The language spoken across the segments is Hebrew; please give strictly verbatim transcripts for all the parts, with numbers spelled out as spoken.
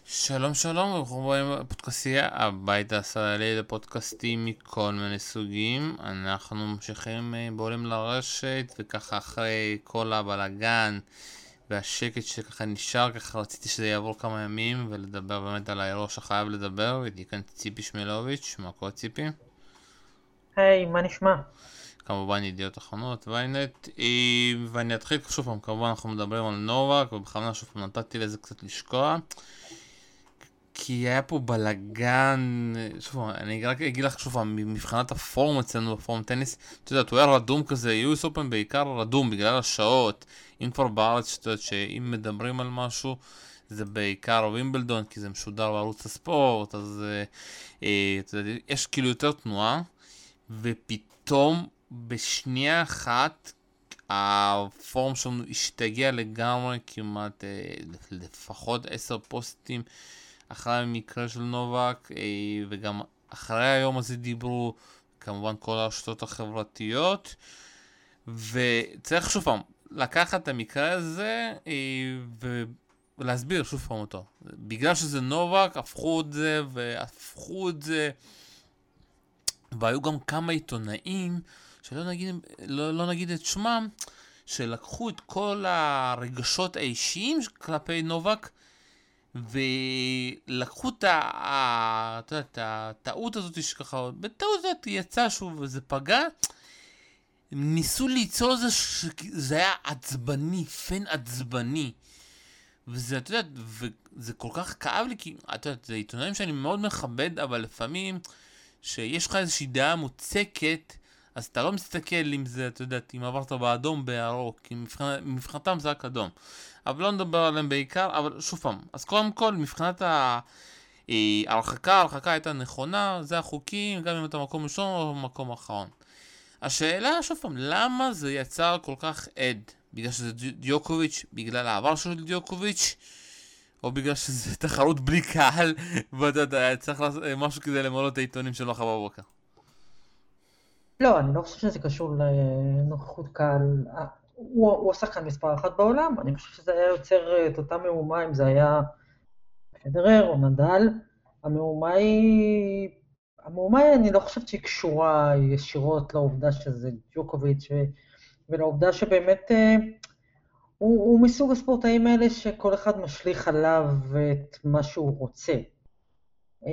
שלום שלום, אנחנו רואים פודקאסטייה, הבית הישראלי לפודקאסטים מכל מיני סוגים. אנחנו ממשיכים אה, בעולים לרשת, וככה אחרי כל הבלגן והשקט שככה נשאר, ככה רציתי שזה יעבור כמה ימים ולדבר באמת על האירוע שחייב לדבר. איתי כאן ציפי שמילוביץ', מה קורה ציפי? היי, מה נשמע? כמובן ידיעות אחרונות, ויינט, אה, ואני אתחיל שוב פעם, כמובן אנחנו מדברים על נובק, ובכוונה שוב פעם נתתי לזה קצת לשקוע. כי היה פה בלאגן, שוב, אני רק אגיד לך שוב, מבחינת הפורום אצלנו בפורום טניס, את יודעת, הוא היה רדום כזה, יו אס אופן בעיקר רדום בגלל השעות, אם כבר בארץ, את יודעת, שאם מדברים על משהו, זה בעיקר ווימבלדון, כי זה משודר בערוץ הספורט, אז אה, אה, את יודעת, יש כאילו יותר תנועה, ופתאום בשנייה אחת, הפורום שלנו השתגע לגמרי, כמעט אה, לפחות עשר פוסטים אחרי המקרה של נובק, אה, וגם אחרי היום הזה דיברו כמובן כל הרשתות החברתיות, וצריך שוב פעם לקחת את המקרה הזה אה, ולהסביר שוב פעם אותו. בגלל שזה נובק, הפכו את זה והפכו את זה, והיו גם כמה עיתונאים, שלא נגיד, לא, לא נגיד את שמם, שלקחו את כל הרגשות האישיים כלפי נובק, ולקחו את ה- ה- אתה יודע, את הטעות הזאת שככה, בטעות הזאת יצא שוב וזה פגע, הם ניסו ליצור איזה, ש- זה היה עצבני, פן עצבני. וזה, אתה יודע, וזה כל כך כאב לי, כי, אתה יודע, זה עיתונאים שאני מאוד מכבד, אבל לפעמים, שיש לך איזושהי דעה מוצקת, אז אתה לא מסתכל אם זה, אתה יודע, אם עברת באדום, בירוק, כי מבחינ- מבחינתם זה רק אדום. אבל לא נדבר עליהם בעיקר, אבל שוב פעם, אז קודם כל, מבחינת ה- אה, ההרחקה, ההרחקה הייתה נכונה, זה החוקים, גם אם אתה מקום ראשון או מקום אחרון. השאלה, שוב פעם, למה זה יצר כל כך עד? בגלל שזה דיוקוביץ', בגלל העבר של דיוקוביץ', או בגלל שזה תחרות בלי קהל, ואתה יודע, צריך לעשות משהו כדי למלא את העיתונים של מחר בבוקר. לא, אני לא חושב שזה קשור לנוכחות קהל. אה, הוא, הוא השחקן מספר אחת בעולם, אני חושב שזה היה יוצר אה, את אותה מהומה אם זה היה פדרר או נדל. המהומה היא... המהומה היא, אני לא חושבת שהיא קשורה ישירות לעובדה שזה ג'וקוביץ' ו... ולעובדה שבאמת אה, הוא, הוא מסוג הספורטאים האלה שכל אחד משליך עליו את מה שהוא רוצה. אה,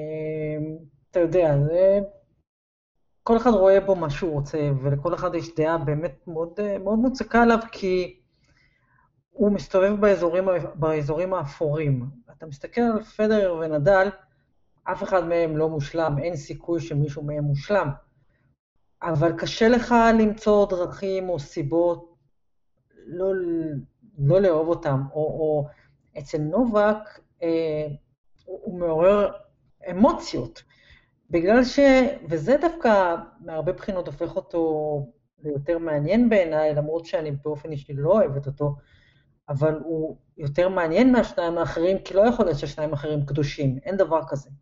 אתה יודע, זה כל אחד רואה בו מה שהוא רוצה, ולכל אחד יש דעה באמת מאוד, אה, מאוד מוצקה עליו, כי הוא מסתובב באזורים, באזורים האפורים. אתה מסתכל על פדרר ונדל, אף אחד מהם לא מושלם, אין סיכוי שמישהו מהם מושלם, אבל קשה לך למצוא דרכים או סיבות לא, לא לאהוב אותם, או, או אצל נובק אה, הוא, הוא מעורר אמוציות. בגלל ש... וזה דווקא מהרבה בחינות הופך אותו ליותר מעניין בעיניי, למרות שאני באופן אישי לא אוהבת אותו, אבל הוא יותר מעניין מהשניים האחרים, כי לא יכול להיות שהשניים האחרים קדושים, אין דבר כזה.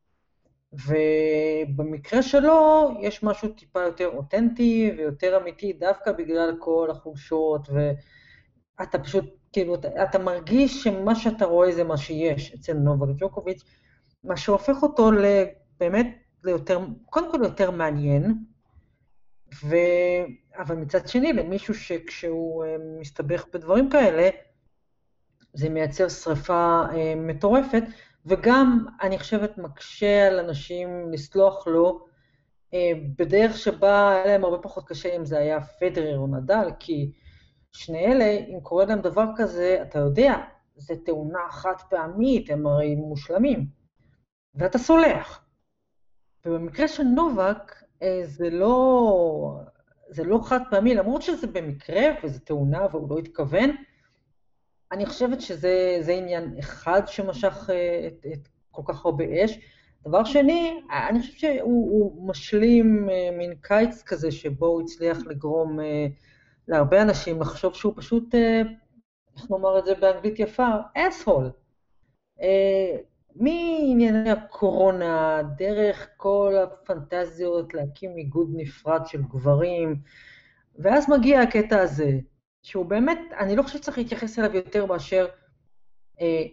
ובמקרה שלו יש משהו טיפה יותר אותנטי ויותר אמיתי, דווקא בגלל כל החולשות, ואתה פשוט, כאילו, אתה, אתה מרגיש שמה שאתה רואה זה מה שיש אצל נובק ג'וקוביץ', מה שהופך אותו באמת ליותר, קודם כל יותר מעניין, ו... אבל מצד שני, למישהו שכשהוא אה, מסתבך בדברים כאלה, זה מייצר שריפה אה, מטורפת, וגם, אני חושבת, מקשה על אנשים לסלוח לו, אה, בדרך שבה היה להם הרבה פחות קשה אם זה היה פדרר או נדל, כי שני אלה, אם קורה להם דבר כזה, אתה יודע, זה תאונה חד פעמית, הם הרי מושלמים, ואתה סולח. ובמקרה של נובק, אה, זה לא, זה לא חד פעמי, למרות שזה במקרה וזה תאונה והוא לא התכוון, אני חושבת שזה זה עניין אחד שמשך אה, את, את כל כך הרבה אש. דבר שני, אני חושבת שהוא משלים אה, מין קיץ כזה, שבו הוא הצליח לגרום אה, להרבה אנשים לחשוב שהוא פשוט, אה, איך נאמר את זה באנגלית יפה, asshole. אה, מענייני הקורונה, דרך כל הפנטזיות להקים איגוד נפרד של גברים, ואז מגיע הקטע הזה, שהוא באמת, אני לא חושבת שצריך להתייחס אליו יותר מאשר אה,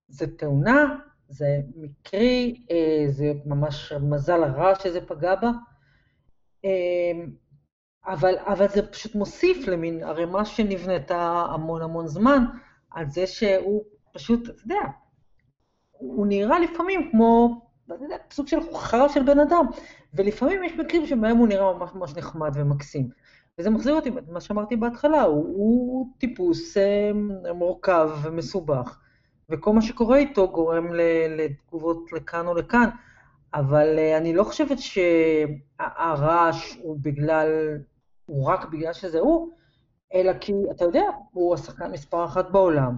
זה תאונה, זה מקרי, אה, זה ממש מזל הרע שזה פגע בה, אה, אבל, אבל זה פשוט מוסיף למין ערימה שנבנתה המון המון זמן, על זה שהוא פשוט, אתה יודע, הוא נראה לפעמים כמו, אתה יודע, סוג של חרא של בן אדם, ולפעמים יש מקרים שבהם הוא נראה ממש ממש נחמד ומקסים. וזה מחזיר אותי, מה שאמרתי בהתחלה, הוא, הוא טיפוס אה, מורכב ומסובך, וכל מה שקורה איתו גורם לתגובות לכאן או לכאן, אבל אה, אני לא חושבת שהרעש הוא בגלל, הוא רק בגלל שזה הוא, אלא כי, אתה יודע, הוא השחקן מספר אחת בעולם,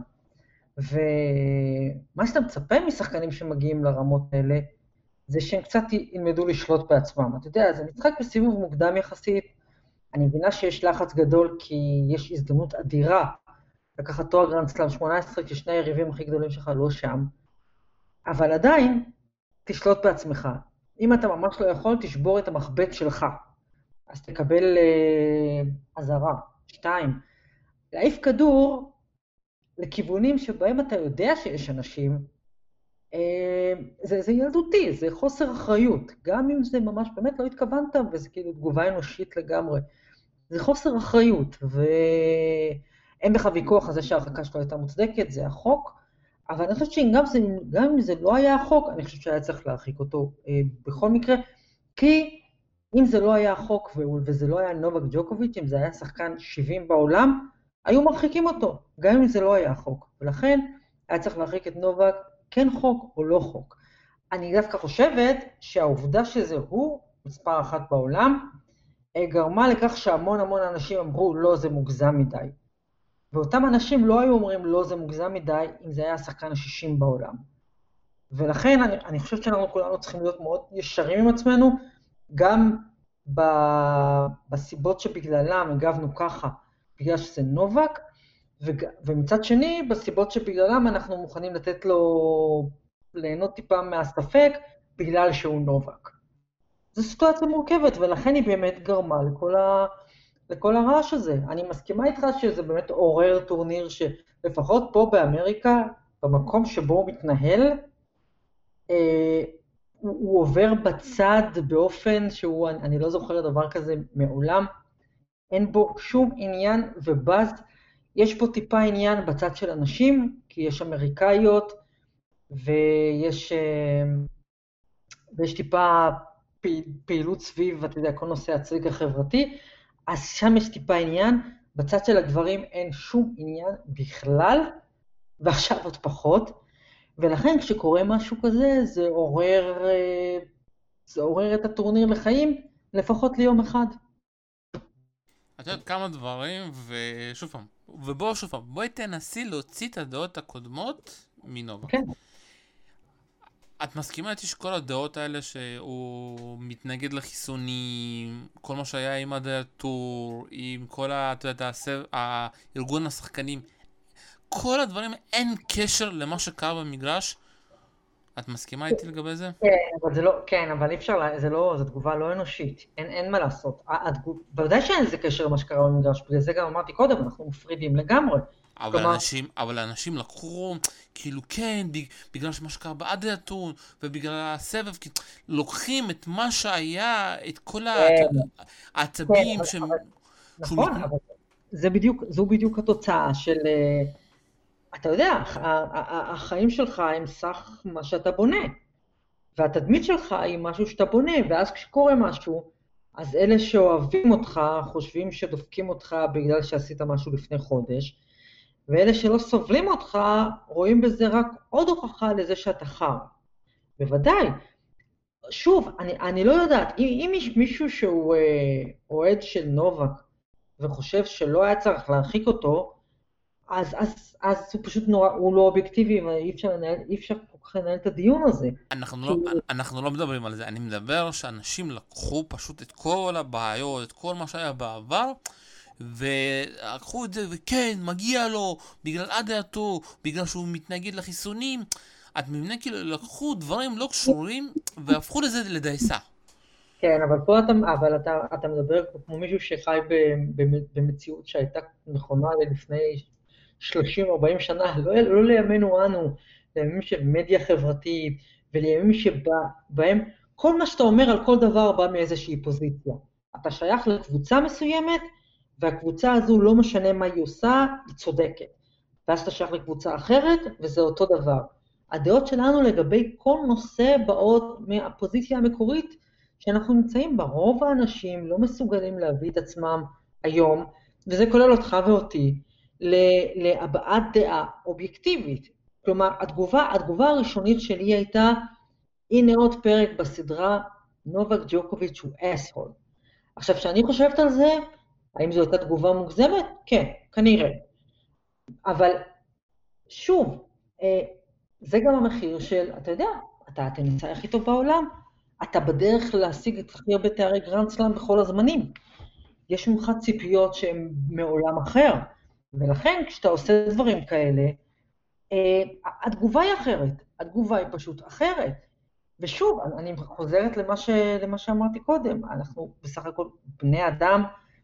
ומה שאתה מצפה משחקנים שמגיעים לרמות האלה, זה שהם קצת ילמדו לשלוט בעצמם. אתה יודע, זה משחק בסיבוב מוקדם יחסית, אני מבינה שיש לחץ גדול כי יש הזדמנות אדירה לקחת תואר גרנד סלאם שמונה עשרה, כי שני היריבים הכי גדולים שלך לא שם, אבל עדיין תשלוט בעצמך. אם אתה ממש לא יכול, תשבור את המחבט שלך, אז תקבל אה, עזרה. שתיים, להעיף כדור לכיוונים שבהם אתה יודע שיש אנשים, אה, זה, זה ילדותי, זה חוסר אחריות, גם אם זה ממש באמת לא התכוונת, וזה כאילו תגובה אנושית לגמרי. זה חוסר אחריות, ואין לך ויכוח על זה שההרחקה שלו הייתה מוצדקת, זה החוק, אבל אני חושבת שגם זה, גם אם זה לא היה החוק, אני חושבת שהיה צריך להרחיק אותו אה, בכל מקרה, כי אם זה לא היה החוק, וזה לא היה נובק ג'וקוביץ', אם זה היה שחקן שבעים בעולם, היו מרחיקים אותו, גם אם זה לא היה החוק, ולכן היה צריך להרחיק את נובק, כן חוק או לא חוק. אני דווקא חושבת שהעובדה שזה הוא, מספר אחת בעולם, גרמה לכך שהמון המון אנשים אמרו, לא, זה מוגזם מדי. ואותם אנשים לא היו אומרים, לא, זה מוגזם מדי, אם זה היה השחקן ה-שישים בעולם. ולכן אני, אני חושבת שאנחנו כולנו צריכים להיות מאוד ישרים עם עצמנו, גם ב, בסיבות שבגללם הגבנו ככה, בגלל שזה נובק, ו, ומצד שני, בסיבות שבגללם אנחנו מוכנים לתת לו ליהנות טיפה מהספק, בגלל שהוא נובק. זו סיטואציה מורכבת, ולכן היא באמת גרמה לכל, ה... לכל הרעש הזה. אני מסכימה איתך שזה באמת עורר טורניר שלפחות פה באמריקה, במקום שבו הוא מתנהל, אה, הוא, הוא עובר בצד באופן שהוא, אני, אני לא זוכר דבר כזה מעולם, אין בו שום עניין ובאז, יש פה טיפה עניין בצד של אנשים, כי יש אמריקאיות, ויש, אה, ויש טיפה פעילות סביב, אתה יודע, כל נושא הצדק החברתי, אז שם יש טיפה עניין, בצד של הגברים אין שום עניין בכלל, ועכשיו עוד פחות, ולכן כשקורה משהו כזה, זה עורר, זה עורר את הטורניר לחיים, לפחות ליום אחד. את יודעת כמה דברים, ושוב פעם, ובוא שוב פעם, בואי תנסי להוציא את הדעות הקודמות מנובק. כן. את מסכימה איתי שכל הדעות האלה שהוא מתנגד לחיסונים, כל מה שהיה עם הטור, עם כל ה... אתה יודע, הארגון השחקנים, כל הדברים, אין קשר למה שקרה במגרש? את מסכימה איתי לגבי זה? כן, אבל זה לא, כן, אבל אי אפשר, זה לא, זו תגובה לא אנושית, אין, אין מה לעשות. התגוב, בוודאי שאין לזה קשר למה שקרה במגרש, בגלל זה גם אמרתי קודם, אנחנו מפרידים לגמרי. אבל כלומר, אנשים, אבל אנשים לקחו, כאילו כן, בגלל שמה שקרה בעד האתון, ובגלל הסבב, כאילו, לוקחים את מה שהיה, את כל העצבים כן, שהם... אבל, נכון, אבל זה בדיוק, זו בדיוק התוצאה של, אתה יודע, החיים שלך הם סך מה שאתה בונה, והתדמית שלך היא משהו שאתה בונה, ואז כשקורה משהו, אז אלה שאוהבים אותך, חושבים שדופקים אותך בגלל שעשית משהו לפני חודש, ואלה שלא סובלים אותך, רואים בזה רק עוד הוכחה לזה שאתה חר. בוודאי. שוב, אני, אני לא יודעת, אם, אם יש מישהו שהוא אה, אוהד של נובק, וחושב שלא היה צריך להרחיק אותו, אז, אז, אז הוא פשוט נורא, הוא לא אובייקטיבי, ואי אפשר לנהל, אי אפשר כל כך לנהל את הדיון הזה. אנחנו, כי... לא, אנחנו לא מדברים על זה, אני מדבר שאנשים לקחו פשוט את כל הבעיות, את כל מה שהיה בעבר, ולקחו את זה, וכן, מגיע לו, בגלל עד דעתו, בגלל שהוא מתנגד לחיסונים, את מבינה כאילו לקחו דברים לא קשורים, והפכו לזה לדייסה. כן, אבל פה אתה, אבל אתה, אתה מדבר כמו מישהו שחי במציאות שהייתה נכונה לפני שלושים ארבעים שנה, לא, לא לימינו אנו, לימים של מדיה חברתית, ולימים שבהם כל מה שאתה אומר על כל דבר בא מאיזושהי פוזיציה. אתה שייך לקבוצה מסוימת, והקבוצה הזו לא משנה מה היא עושה, היא צודקת. ואז אתה שייך לקבוצה אחרת, וזה אותו דבר. הדעות שלנו לגבי כל נושא באות מהפוזיציה המקורית, שאנחנו נמצאים בה. רוב האנשים לא מסוגלים להביא את עצמם היום, וזה כולל אותך ואותי, להבעת דעה אובייקטיבית. כלומר, התגובה, התגובה הראשונית שלי הייתה, הנה עוד פרק בסדרה, נובק ג'וקוביץ' הוא אסהול. עכשיו, כשאני חושבת על זה, האם זו הייתה תגובה מוגזמת? כן, כנראה. אבל שוב, זה גם המחיר של, אתה יודע, אתה הטניסאי הכי טוב בעולם, אתה בדרך להשיג את הכי הרבה תארי גרנד סלאם בכל הזמנים. יש ממך ציפיות שהן מעולם אחר, ולכן כשאתה עושה דברים כאלה, התגובה היא אחרת, התגובה היא פשוט אחרת. ושוב, אני חוזרת למה, ש... למה שאמרתי קודם, אנחנו בסך הכל בני אדם,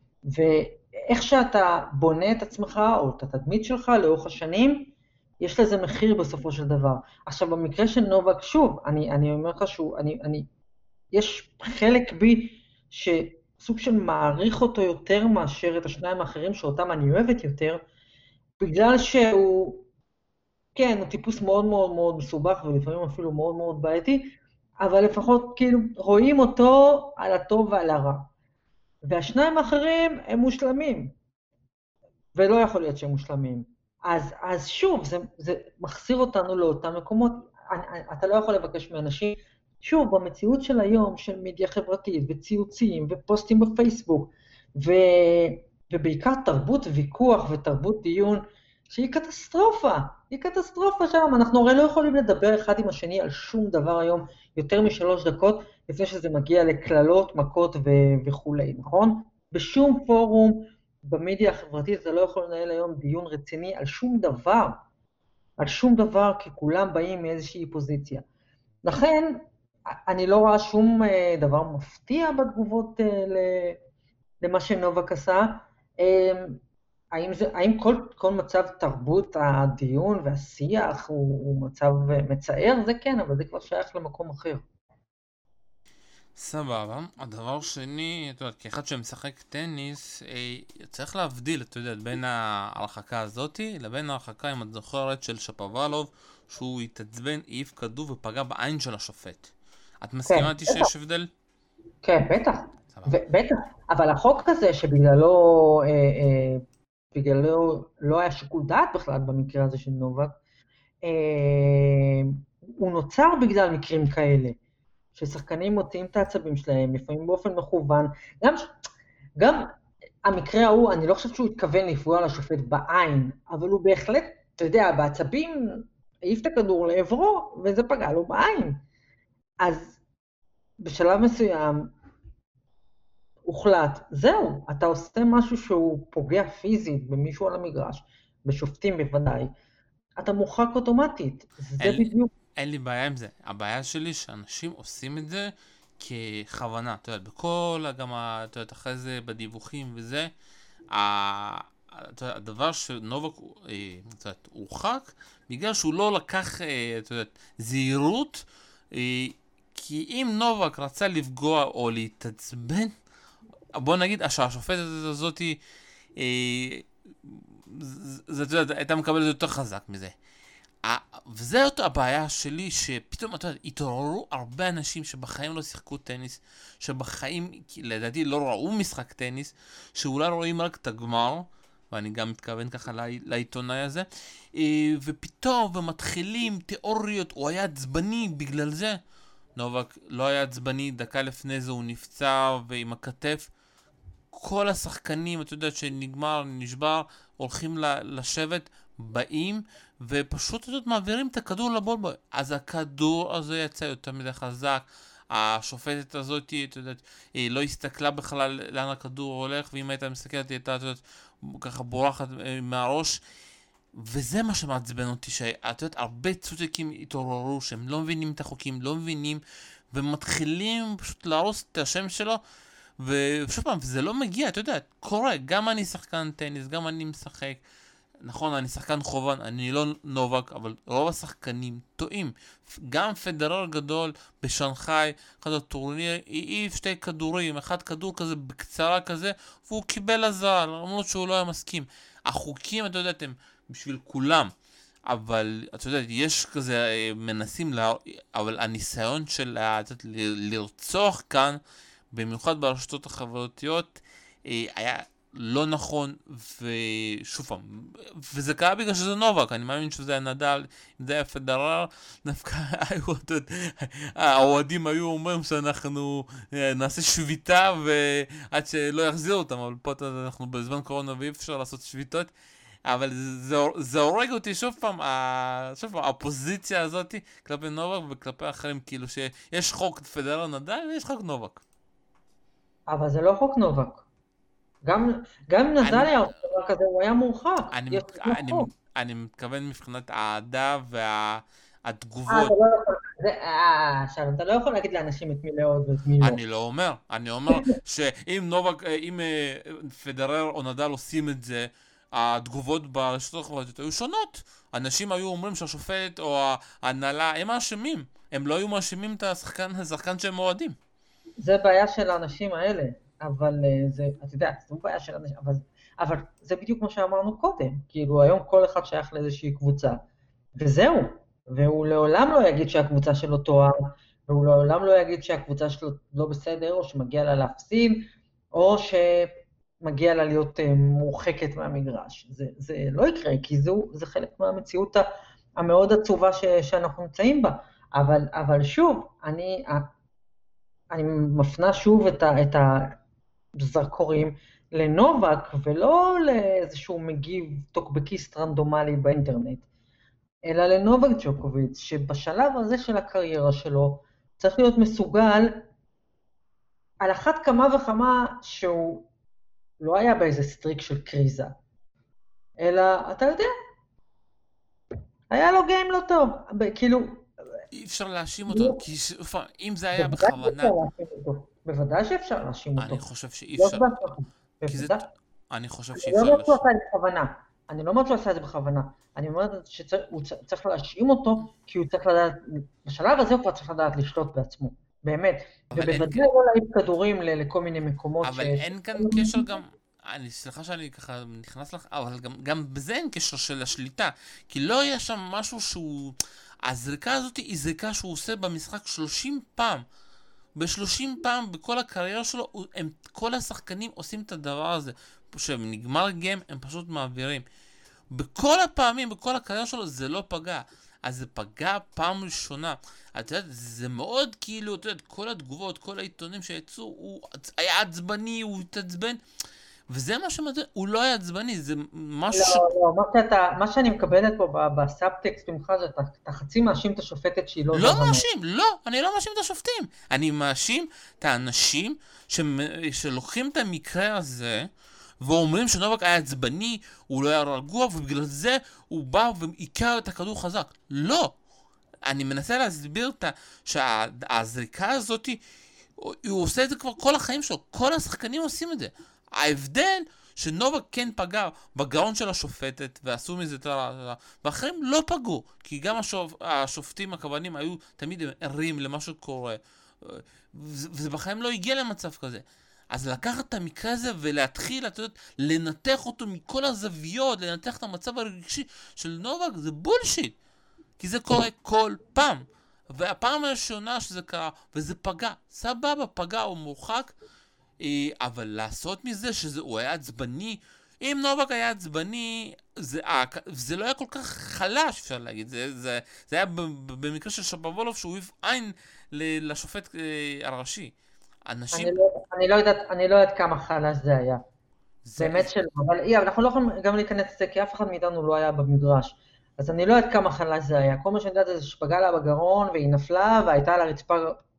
ואיך שאתה בונה את עצמך או את התדמית שלך לאורך השנים, יש לזה מחיר בסופו של דבר. עכשיו, במקרה של נובק, שוב, אני, אני אומר לך שהוא, אני, אני, יש חלק בי שסוג של מעריך אותו יותר מאשר את השניים האחרים שאותם אני אוהבת יותר, בגלל שהוא, כן, הוא טיפוס מאוד מאוד מאוד מסובך, ולפעמים אפילו מאוד מאוד בעייתי, אבל לפחות כאילו רואים אותו על הטוב ועל הרע. והשניים האחרים הם מושלמים, ולא יכול להיות שהם מושלמים. אז, אז שוב, זה, זה מחזיר אותנו לאותם מקומות, אתה לא יכול לבקש מאנשים, שוב, במציאות של היום, של מדיה חברתית, וציוצים, ופוסטים בפייסבוק, ו, ובעיקר תרבות ויכוח ותרבות דיון, שהיא קטסטרופה, היא קטסטרופה שם, אנחנו הרי לא יכולים לדבר אחד עם השני על שום דבר היום, יותר משלוש דקות, לפני שזה מגיע לכללות, מכות ו- וכו', נכון? בשום פורום, במדיה החברתית, אתה לא יכול לנהל היום דיון רציני על שום דבר, על שום דבר, כי כולם באים מאיזושהי פוזיציה. לכן, אני לא רואה שום דבר מפתיע בתגובות למה שנובק עשה. האם, זה, האם כל, כל מצב תרבות הדיון והשיח הוא, הוא מצב מצער? זה כן, אבל זה כבר שייך למקום אחר. סבבה. הדבר שני, אתה יודע, כאחד שמשחק טניס, אה, צריך להבדיל, אתה יודע, בין ההרחקה הזאתי לבין ההרחקה, אם את זוכרת, של שפוואלוב, שהוא התעצבן, העיף כדור ופגע בעין של השופט. את מסכימה איתי כן, שיש הבדל? כן, בטח. בטח. אבל החוק הזה שבגללו אה, אה, בגללו לא היה שיקול דעת בכלל במקרה הזה של נובק, אה, הוא נוצר בגלל מקרים כאלה. ששחקנים מוציאים את העצבים שלהם, לפעמים באופן מכוון, גם, גם המקרה ההוא, אני לא חושבת שהוא התכוון לפגוע לשופט בעין, אבל הוא בהחלט, אתה יודע, בעצבים, העיף את הכדור לעברו, וזה פגע לו בעין. אז בשלב מסוים, הוחלט, זהו, אתה עושה משהו שהוא פוגע פיזית במישהו על המגרש, בשופטים בוודאי, אתה מורחק אוטומטית, זה אין, בדיוק. אין לי בעיה עם זה. הבעיה שלי שאנשים עושים את זה ככוונה. אתה יודע, בכל, גם, אתה יודע, אחרי זה בדיווחים וזה, הדבר שנובק הורחק, בגלל שהוא לא לקח, אתה יודע, זהירות, כי אם נובק רצה לפגוע או להתעצבן, בוא נגיד, שהשופטת הזאת, זה, אתה יודע, הייתה מקבלת יותר חזק מזה. וזה אותה הבעיה שלי, שפתאום, אתה יודע, התעוררו הרבה אנשים שבחיים לא שיחקו טניס, שבחיים, לדעתי, לא ראו משחק טניס, שאולי רואים רק את הגמר, ואני גם מתכוון ככה לעיתונאי הזה, ופתאום, ומתחילים תיאוריות, הוא היה עצבני בגלל זה. נובק לא היה עצבני, דקה לפני זה הוא נפצע, ועם הכתף, כל השחקנים, אתה יודע, שנגמר, נשבר, הולכים לשבת, באים, ופשוט, אתה יודע, מעבירים את הכדור לבולבול. אז הכדור הזה יצא יותר מדי חזק, השופטת הזאת, אתה יודע, לא הסתכלה בכלל לאן הכדור הולך, ואם הייתה מסתכלת, היא הייתה, אתה יודע, ככה בורחת מהראש, וזה מה שמעצבן אותי, שאת יודעת, הרבה צודקים התעוררו, שהם לא מבינים את החוקים, לא מבינים, ומתחילים פשוט להרוס את השם שלו, ושוב פעם, זה לא מגיע, אתה יודע, קורה, גם אני שחקן טניס, גם אני משחק, נכון, אני שחקן חובן, אני לא נובק, אבל רוב השחקנים טועים. גם פדרר גדול בשנגחאי, אחד הטורניר, העיף שתי כדורים, אחד כדור כזה בקצרה כזה, והוא קיבל הזל, למרות שהוא לא היה מסכים. החוקים, אתה יודעת, הם בשביל כולם. אבל, אתה יודע, יש כזה, אה, מנסים, לה... אבל הניסיון של ה- אתה יודע, ל- לרצוח כאן, במיוחד ברשתות החברתיות, אה, היה לא נכון, ושוב פעם, וזה קרה בגלל שזה נובק, אני מאמין שזה היה נדל, אם זה היה פדרר, דווקא היו, אתה יודע, האוהדים היו אומרים שאנחנו אה, נעשה שביתה, ועד שלא יחזירו אותם, אבל פה אתה יודע, אנחנו בזמן קורונה ואי אפשר לעשות שביתות, אבל זה, זה, זה הורג אותי שוב פעם, ה, שוב פעם, הפוזיציה הזאת כלפי נובק וכלפי אחרים, כאילו שיש חוק פדרר נדל ויש חוק נובק. אבל זה לא חוק נובק. גם, גם אם נדל אני, היה עושה דבר כזה, הוא היה מורחק. אני, יש מת- לו אני, חוק. אני מתכוון מבחינת האהדה אה, אתה והתגובות. לא יכול, זה, אה, שלום, אתה לא יכול להגיד לאנשים את מי לאהוד ואת מי לא. אני לא אומר, אני אומר שאם נובק, אה, אם אה, פדרר או נדל עושים את זה, התגובות ברשתות החברתיות היו שונות. אנשים היו אומרים שהשופט או ההנהלה הם האשמים. הם לא היו מאשימים את השחקן, השחקן שהם אוהדים. זה בעיה של האנשים האלה, אבל אה, זה, אתה יודע, זו בעיה של אנשים, אבל, אבל זה בדיוק מה שאמרנו קודם, כאילו היום כל אחד שייך לאיזושהי קבוצה, וזהו, והוא לעולם לא יגיד שהקבוצה שלו טועה, והוא לעולם לא יגיד שהקבוצה שלו לא בסדר, או שמגיע לה להפסיד, או שמגיע לה להיות אה, מורחקת מהמגרש. זה, זה לא יקרה, כי זו, זה חלק מהמציאות ה- המאוד עצובה ש, שאנחנו נמצאים בה, אבל, אבל שוב, אני, אני מפנה שוב את, ה, את הזרקורים לנובק, ולא לאיזשהו מגיב טוקבקיסט רנדומלי באינטרנט, אלא לנובק ג'וקוביץ', שבשלב הזה של הקריירה שלו, צריך להיות מסוגל, על אחת כמה וכמה שהוא לא היה באיזה סטריק של קריזה, אלא, אתה יודע, היה לו גיים לא טוב, ב- כאילו, אי אפשר להאשים אותו, כי ש- פעם, אם זה היה בוודאי בכוונה, שאפשר להאשים אותו, בוודאי שאפשר להאשים אותו, אני חושב שאי לא אפשר, בהצלחה, כי זה, בוודאי. אני חושב אני שאי לא אפשר אומרת שהוא להאשים. עשה את זה בכוונה. אני לא אומרת שהוא עשה את זה בכוונה. אני אומרת שהוא צריך להאשים אותו, כי הוא צריך לדעת, בשלב הזה הוא כבר צריך לדעת לשלוט בעצמו. באמת. אבל אין, ובוודאי לא להעיף כדורים ל- לכל מיני מקומות ש... אבל אין כאן קשר גם, אני סליחה שאני ככה נכנס לך, אבל גם, גם בזה אין קשר של השליטה, כי לא היה שם משהו שהוא, הזריקה הזאת היא זריקה שהוא עושה במשחק שלושים פעם, ב-שלושים פעם בכל הקריירה שלו, הוא- הם, כל השחקנים עושים את הדבר הזה, כשנגמר גיים הם פשוט מעבירים. בכל הפעמים, בכל הקריירה שלו, זה לא פגע. אז זה פגע פעם ראשונה. את יודעת, זה מאוד כאילו, את יודעת, כל התגובות, כל העיתונים שיצאו, הוא היה עצבני, הוא התעצבן, וזה מה שמדהים, הוא לא היה עצבני, זה משהו ש... לא, לא, מה שאתה, מה שאני מקבלת פה ב- בסאבטקסט ממך, זה אתה אתה חצי מאשים את השופטת שהיא לא לא זבה. מאשים, לא, אני לא מאשים את השופטים. אני מאשים את האנשים שמ- שלוקחים את המקרה הזה, ואומרים שנובק היה עצבני, הוא לא היה רגוע, ובגלל זה הוא בא ועיקר את הכדור חזק. לא! אני מנסה להסביר את ה- שהזריקה הזאת, הוא הוא עושה את זה כבר כל החיים שלו, כל השחקנים עושים את זה. ההבדל שנובק כן פגע בגאון של השופטת ועשו מזה את ה... ואחרים לא פגעו, כי גם השופ... השופטים הכוונים היו תמיד ערים למה שקורה, וזה וזה בחיים לא הגיע למצב כזה. אז לקחת את המקרה הזה ולהתחיל, אתה יודע, לנתח אותו מכל הזוויות, לנתח את המצב הרגשי של נובק, זה בולשיט. כי זה קורה כל פעם. והפעם הראשונה שזה קרה, וזה פגע, סבבה, פגע, הוא מורחק, אה, אבל לעשות מזה שהוא היה עצבני, אם נובק היה עצבני, זה, אה, זה לא היה כל כך חלש, אפשר להגיד, זה, זה, זה היה ב- ב- במקרה של שפוולוב שהוא העיף עין ל- לשופט אה, הראשי. אנשים, אני לא, אני לא יודעת, אני לא יודעת כמה חלש זה היה. זה, באמת שלא, אבל אי, אבל אנחנו לא יכולים גם להיכנס לזה, כי אף אחד מאיתנו לא היה במגרש. אז אני לא יודעת כמה חלש זה היה. כל מה שאני יודעת זה שפגע לה בגרון, והיא נפלה, והייתה על הרצפה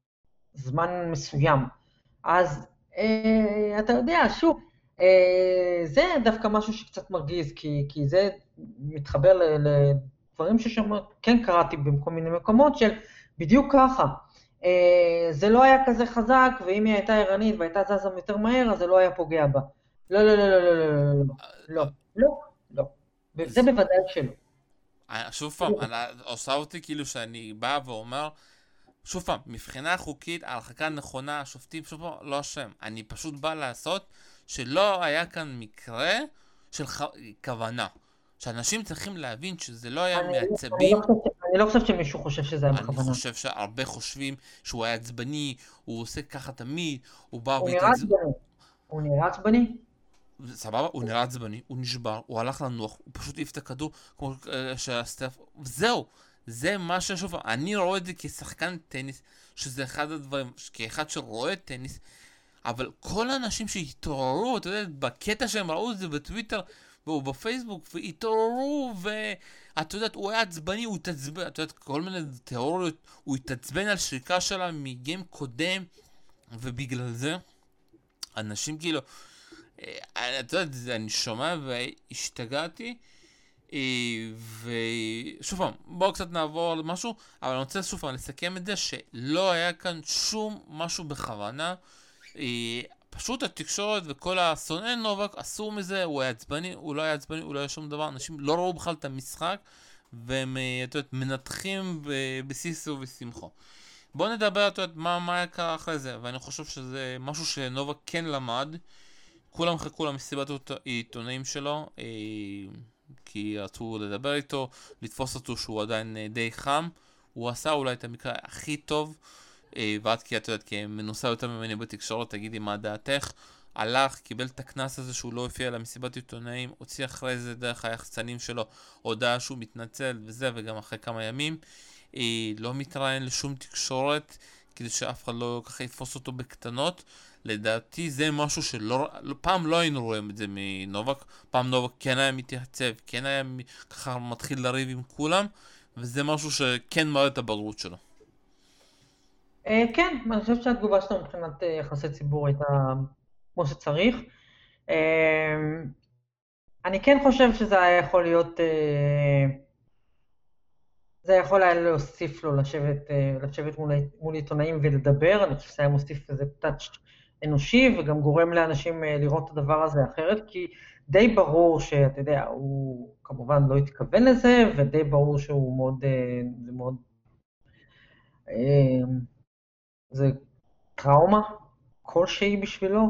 זמן מסוים. אז אה, אתה יודע, שוב, אה, זה דווקא משהו שקצת מרגיז, כי, כי זה מתחבר ל- לדברים ששם כן קראתי בכל מיני מקומות של בדיוק ככה. אה, זה לא היה כזה חזק, ואם היא הייתה ערנית והייתה זזה יותר מהר, אז זה לא היה פוגע בה. לא, לא, לא, לא, לא, לא, לא, לא, לא, לא. וזה בוודאי שלא. שוב פעם, עושה אותי כאילו שאני בא ואומר, שוב פעם, מבחינה חוקית, ההרחקה נכונה, השופטים, שוב פעם, לא אשם. אני פשוט בא לעשות שלא היה כאן מקרה של ח... כוונה. שאנשים צריכים להבין שזה לא היה אני, אני, לא מעצבים. חושבת, אני לא חושבת שמישהו חושב שזה היה אני בכוונה. חושב שהרבה חושבים שהוא היה עצבני, הוא עושה ככה תמיד, הוא בא הוא נראה והתעצבן. עצבני. הוא נראה עצבני? סבבה, הוא נראה עצבני, הוא נשבר, הוא הלך לנוח, הוא פשוט העיף את הכדור כמו אה, שהסטף, זהו, זה מה ששוב, אני רואה את זה כשחקן טניס, שזה אחד הדברים, כאחד שרואה טניס, אבל כל האנשים שהתעוררו, אתה יודע, בקטע שהם ראו את זה בטוויטר ובפייסבוק, והתעוררו, ואתה יודעת, הוא היה עצבני, הוא התעצבן, אתה יודעת, כל מיני תיאוריות, הוא התעצבן על שריקה שלה מגיים קודם, ובגלל זה, אנשים כאילו, אה, אתה יודע, אני שומע והשתגעתי, אה, ושוב פעם, בואו קצת נעבור למשהו, אבל אני רוצה שוב פעם לסכם את זה שלא היה כאן שום משהו בכוונה, אה, פשוט התקשורת וכל השונאי נובק עשו מזה, הוא היה עצבני, הוא לא היה עצבני, הוא לא היה שום דבר, אנשים לא ראו בכלל את המשחק, והם, אה, אתה יודע, מנתחים בסיסו ושמחו. בואו נדבר, אתה יודע, מה, מה היה קרה אחרי זה, ואני חושב שזה משהו שנובק כן למד, כולם חיכו למסיבת העיתונאים שלו, אה, כי רצו לדבר איתו, לתפוס אותו שהוא עדיין אה, די חם. הוא עשה אולי את המקרה הכי טוב, אה, ואת כי את יודעת, כמנוסה יותר ממני בתקשורת, תגידי מה דעתך. הלך, קיבל את הכנס הזה שהוא לא הופיע למסיבת עיתונאים, הוציא אחרי זה דרך היחצנים שלו הודעה שהוא מתנצל וזה, וגם אחרי כמה ימים. אה, לא מתראיין לשום תקשורת, כדי שאף אחד לא ככה יתפוס אותו בקטנות. לדעתי זה משהו שלא, פעם לא היינו רואים את זה מנובק, פעם נובק כן היה מתייצב, כן היה ככה מתחיל לריב עם כולם, וזה משהו שכן מראה את הבגרות שלו. אה, כן, אני חושבת שהתגובה שלנו מבחינת אה, יחסי ציבור הייתה כמו שצריך. אה, אני כן חושב שזה היה יכול להיות, אה, זה יכול היה להוסיף לו לשבת, אה, לשבת מול, מול עיתונאים ולדבר, אני חושב שזה היה מוסיף איזה טאץ' אנושי, וגם גורם לאנשים אה, לראות את הדבר הזה אחרת, כי די ברור שאתה יודע, הוא כמובן לא התכוון לזה, ודי ברור שהוא מאוד, אה, זה מאוד, אה, זה טראומה כלשהי בשבילו,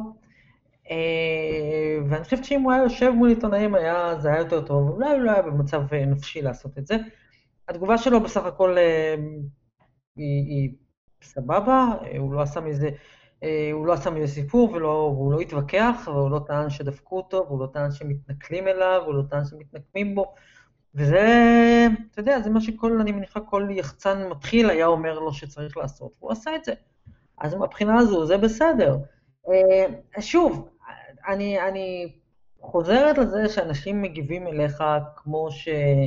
אה, ואני חושבת שאם הוא היה יושב מול עיתונאים, היה, זה היה יותר טוב, אולי הוא לא היה במצב אה, נפשי לעשות את זה. התגובה שלו בסך הכל אה, היא, היא סבבה, אה, הוא לא עשה מזה, אה, הוא לא עשה מזה סיפור, ולא, והוא לא התווכח, והוא לא טען שדפקו אותו, והוא לא טען שמתנכלים אליו, והוא לא טען שמתנקמים בו, וזה, אתה יודע, זה מה שכל, אני מניחה, כל יחצן מתחיל היה אומר לו שצריך לעשות, והוא עשה את זה. אז מהבחינה הזו, זה בסדר. אה, שוב, אני, אני חוזרת לזה שאנשים מגיבים אליך כמו ש...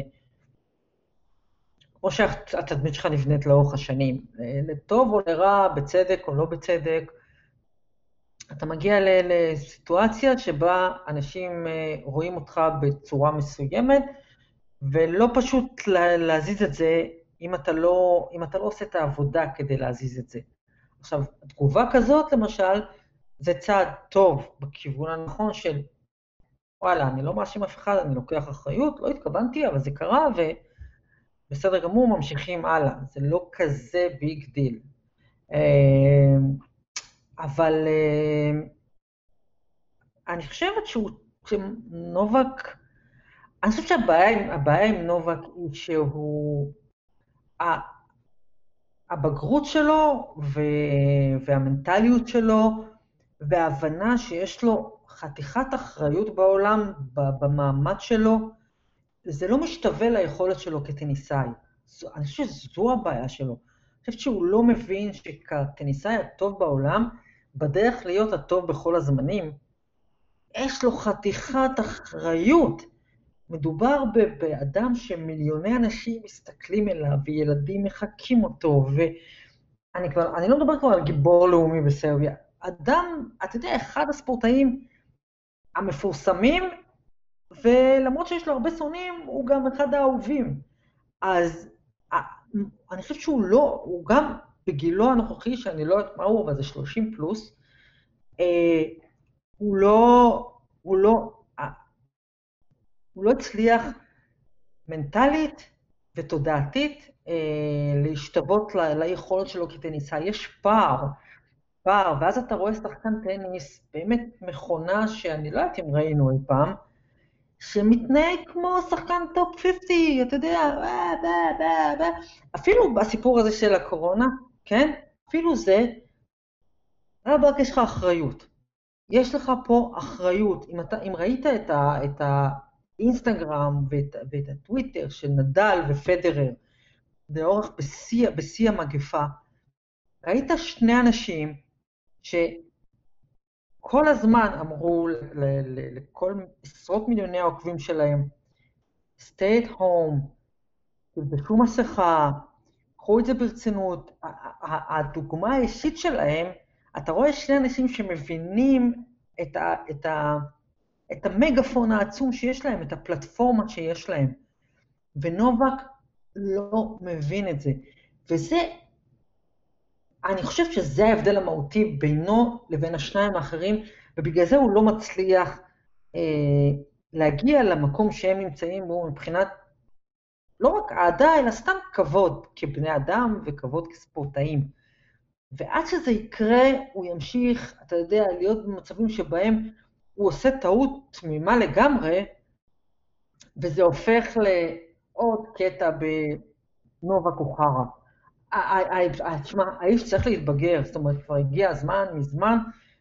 כמו שהתדמית שלך נבנית לאורך השנים, לטוב או לרע, בצדק או לא בצדק, אתה מגיע לסיטואציה שבה אנשים רואים אותך בצורה מסוימת, ולא פשוט להזיז את זה אם אתה לא, אם אתה לא עושה את העבודה כדי להזיז את זה. עכשיו, התגובה כזאת, למשל, זה צעד טוב בכיוון הנכון של, וואלה, אני לא מאשים אף אחד, אני לוקח אחריות, לא התכוונתי, אבל זה קרה, ו... בסדר גמור, ממשיכים הלאה, זה לא כזה ביג דיל. אבל אני חושבת שהוא, שנובק, אני חושבת שהבעיה עם נובק היא שהוא, הבגרות שלו והמנטליות שלו, וההבנה שיש לו חתיכת אחריות בעולם, במעמד שלו, זה לא משתווה ליכולת שלו כטניסאי. אני חושב שזו הבעיה שלו. אני חושב שהוא לא מבין שכטניסאי הטוב בעולם, בדרך להיות הטוב בכל הזמנים, יש לו חתיכת אחריות. מדובר באדם שמיליוני אנשים מסתכלים אליו, וילדים מחכים אותו, ואני כבר, אני לא מדבר כבר על גיבור לאומי בסרביה. אדם, אתה יודע, אחד הספורטאים המפורסמים, ולמרות שיש לו הרבה שונאים, הוא גם אחד האהובים. אז אני חושבת שהוא לא, הוא גם בגילו הנוכחי, שאני לא יודעת מה הוא, אבל זה שלושים פלוס, הוא לא, הוא לא, הוא לא הצליח מנטלית ותודעתית אה, להשתוות ל, ליכולת שלו כטניסאי. יש פער, פער, ואז אתה רואה שחקן טניס, באמת מכונה שאני לא יודעת אם ראינו אי פעם, שמתנהג כמו שחקן טופ חמישים, אתה יודע, בא, בא, בא, בא. אפילו בסיפור הזה של הקורונה, כן? אפילו זה, רבאק, יש לך אחריות. יש לך פה אחריות. אם, אתה, אם ראית את, ה, את האינסטגרם ואת, ואת הטוויטר של נדל ופדרר, באורך בשיא, בשיא המגפה, ראית שני אנשים שכל הזמן אמרו ל, ל, לכל עשרות מיליוני העוקבים שלהם, stay at home, תלבשו מסכה, קחו את זה ברצינות. הדוגמה האישית שלהם, אתה רואה שני אנשים שמבינים את, ה, את, ה, את המגפון העצום שיש להם, את הפלטפורמה שיש להם, ונובק לא מבין את זה. וזה, אני חושב שזה ההבדל המהותי בינו לבין השניים האחרים, ובגלל זה הוא לא מצליח אה, להגיע למקום שהם נמצאים בו מבחינת, לא רק אהדה, אלא סתם כבוד כבני אדם וכבוד כספורטאים. ועד שזה יקרה, הוא ימשיך, אתה יודע, להיות במצבים שבהם הוא עושה טעות תמימה לגמרי, וזה הופך לעוד קטע בנובק אוחרה. תשמע, האיש צריך להתבגר, זאת אומרת, כבר הגיע הזמן, מזמן,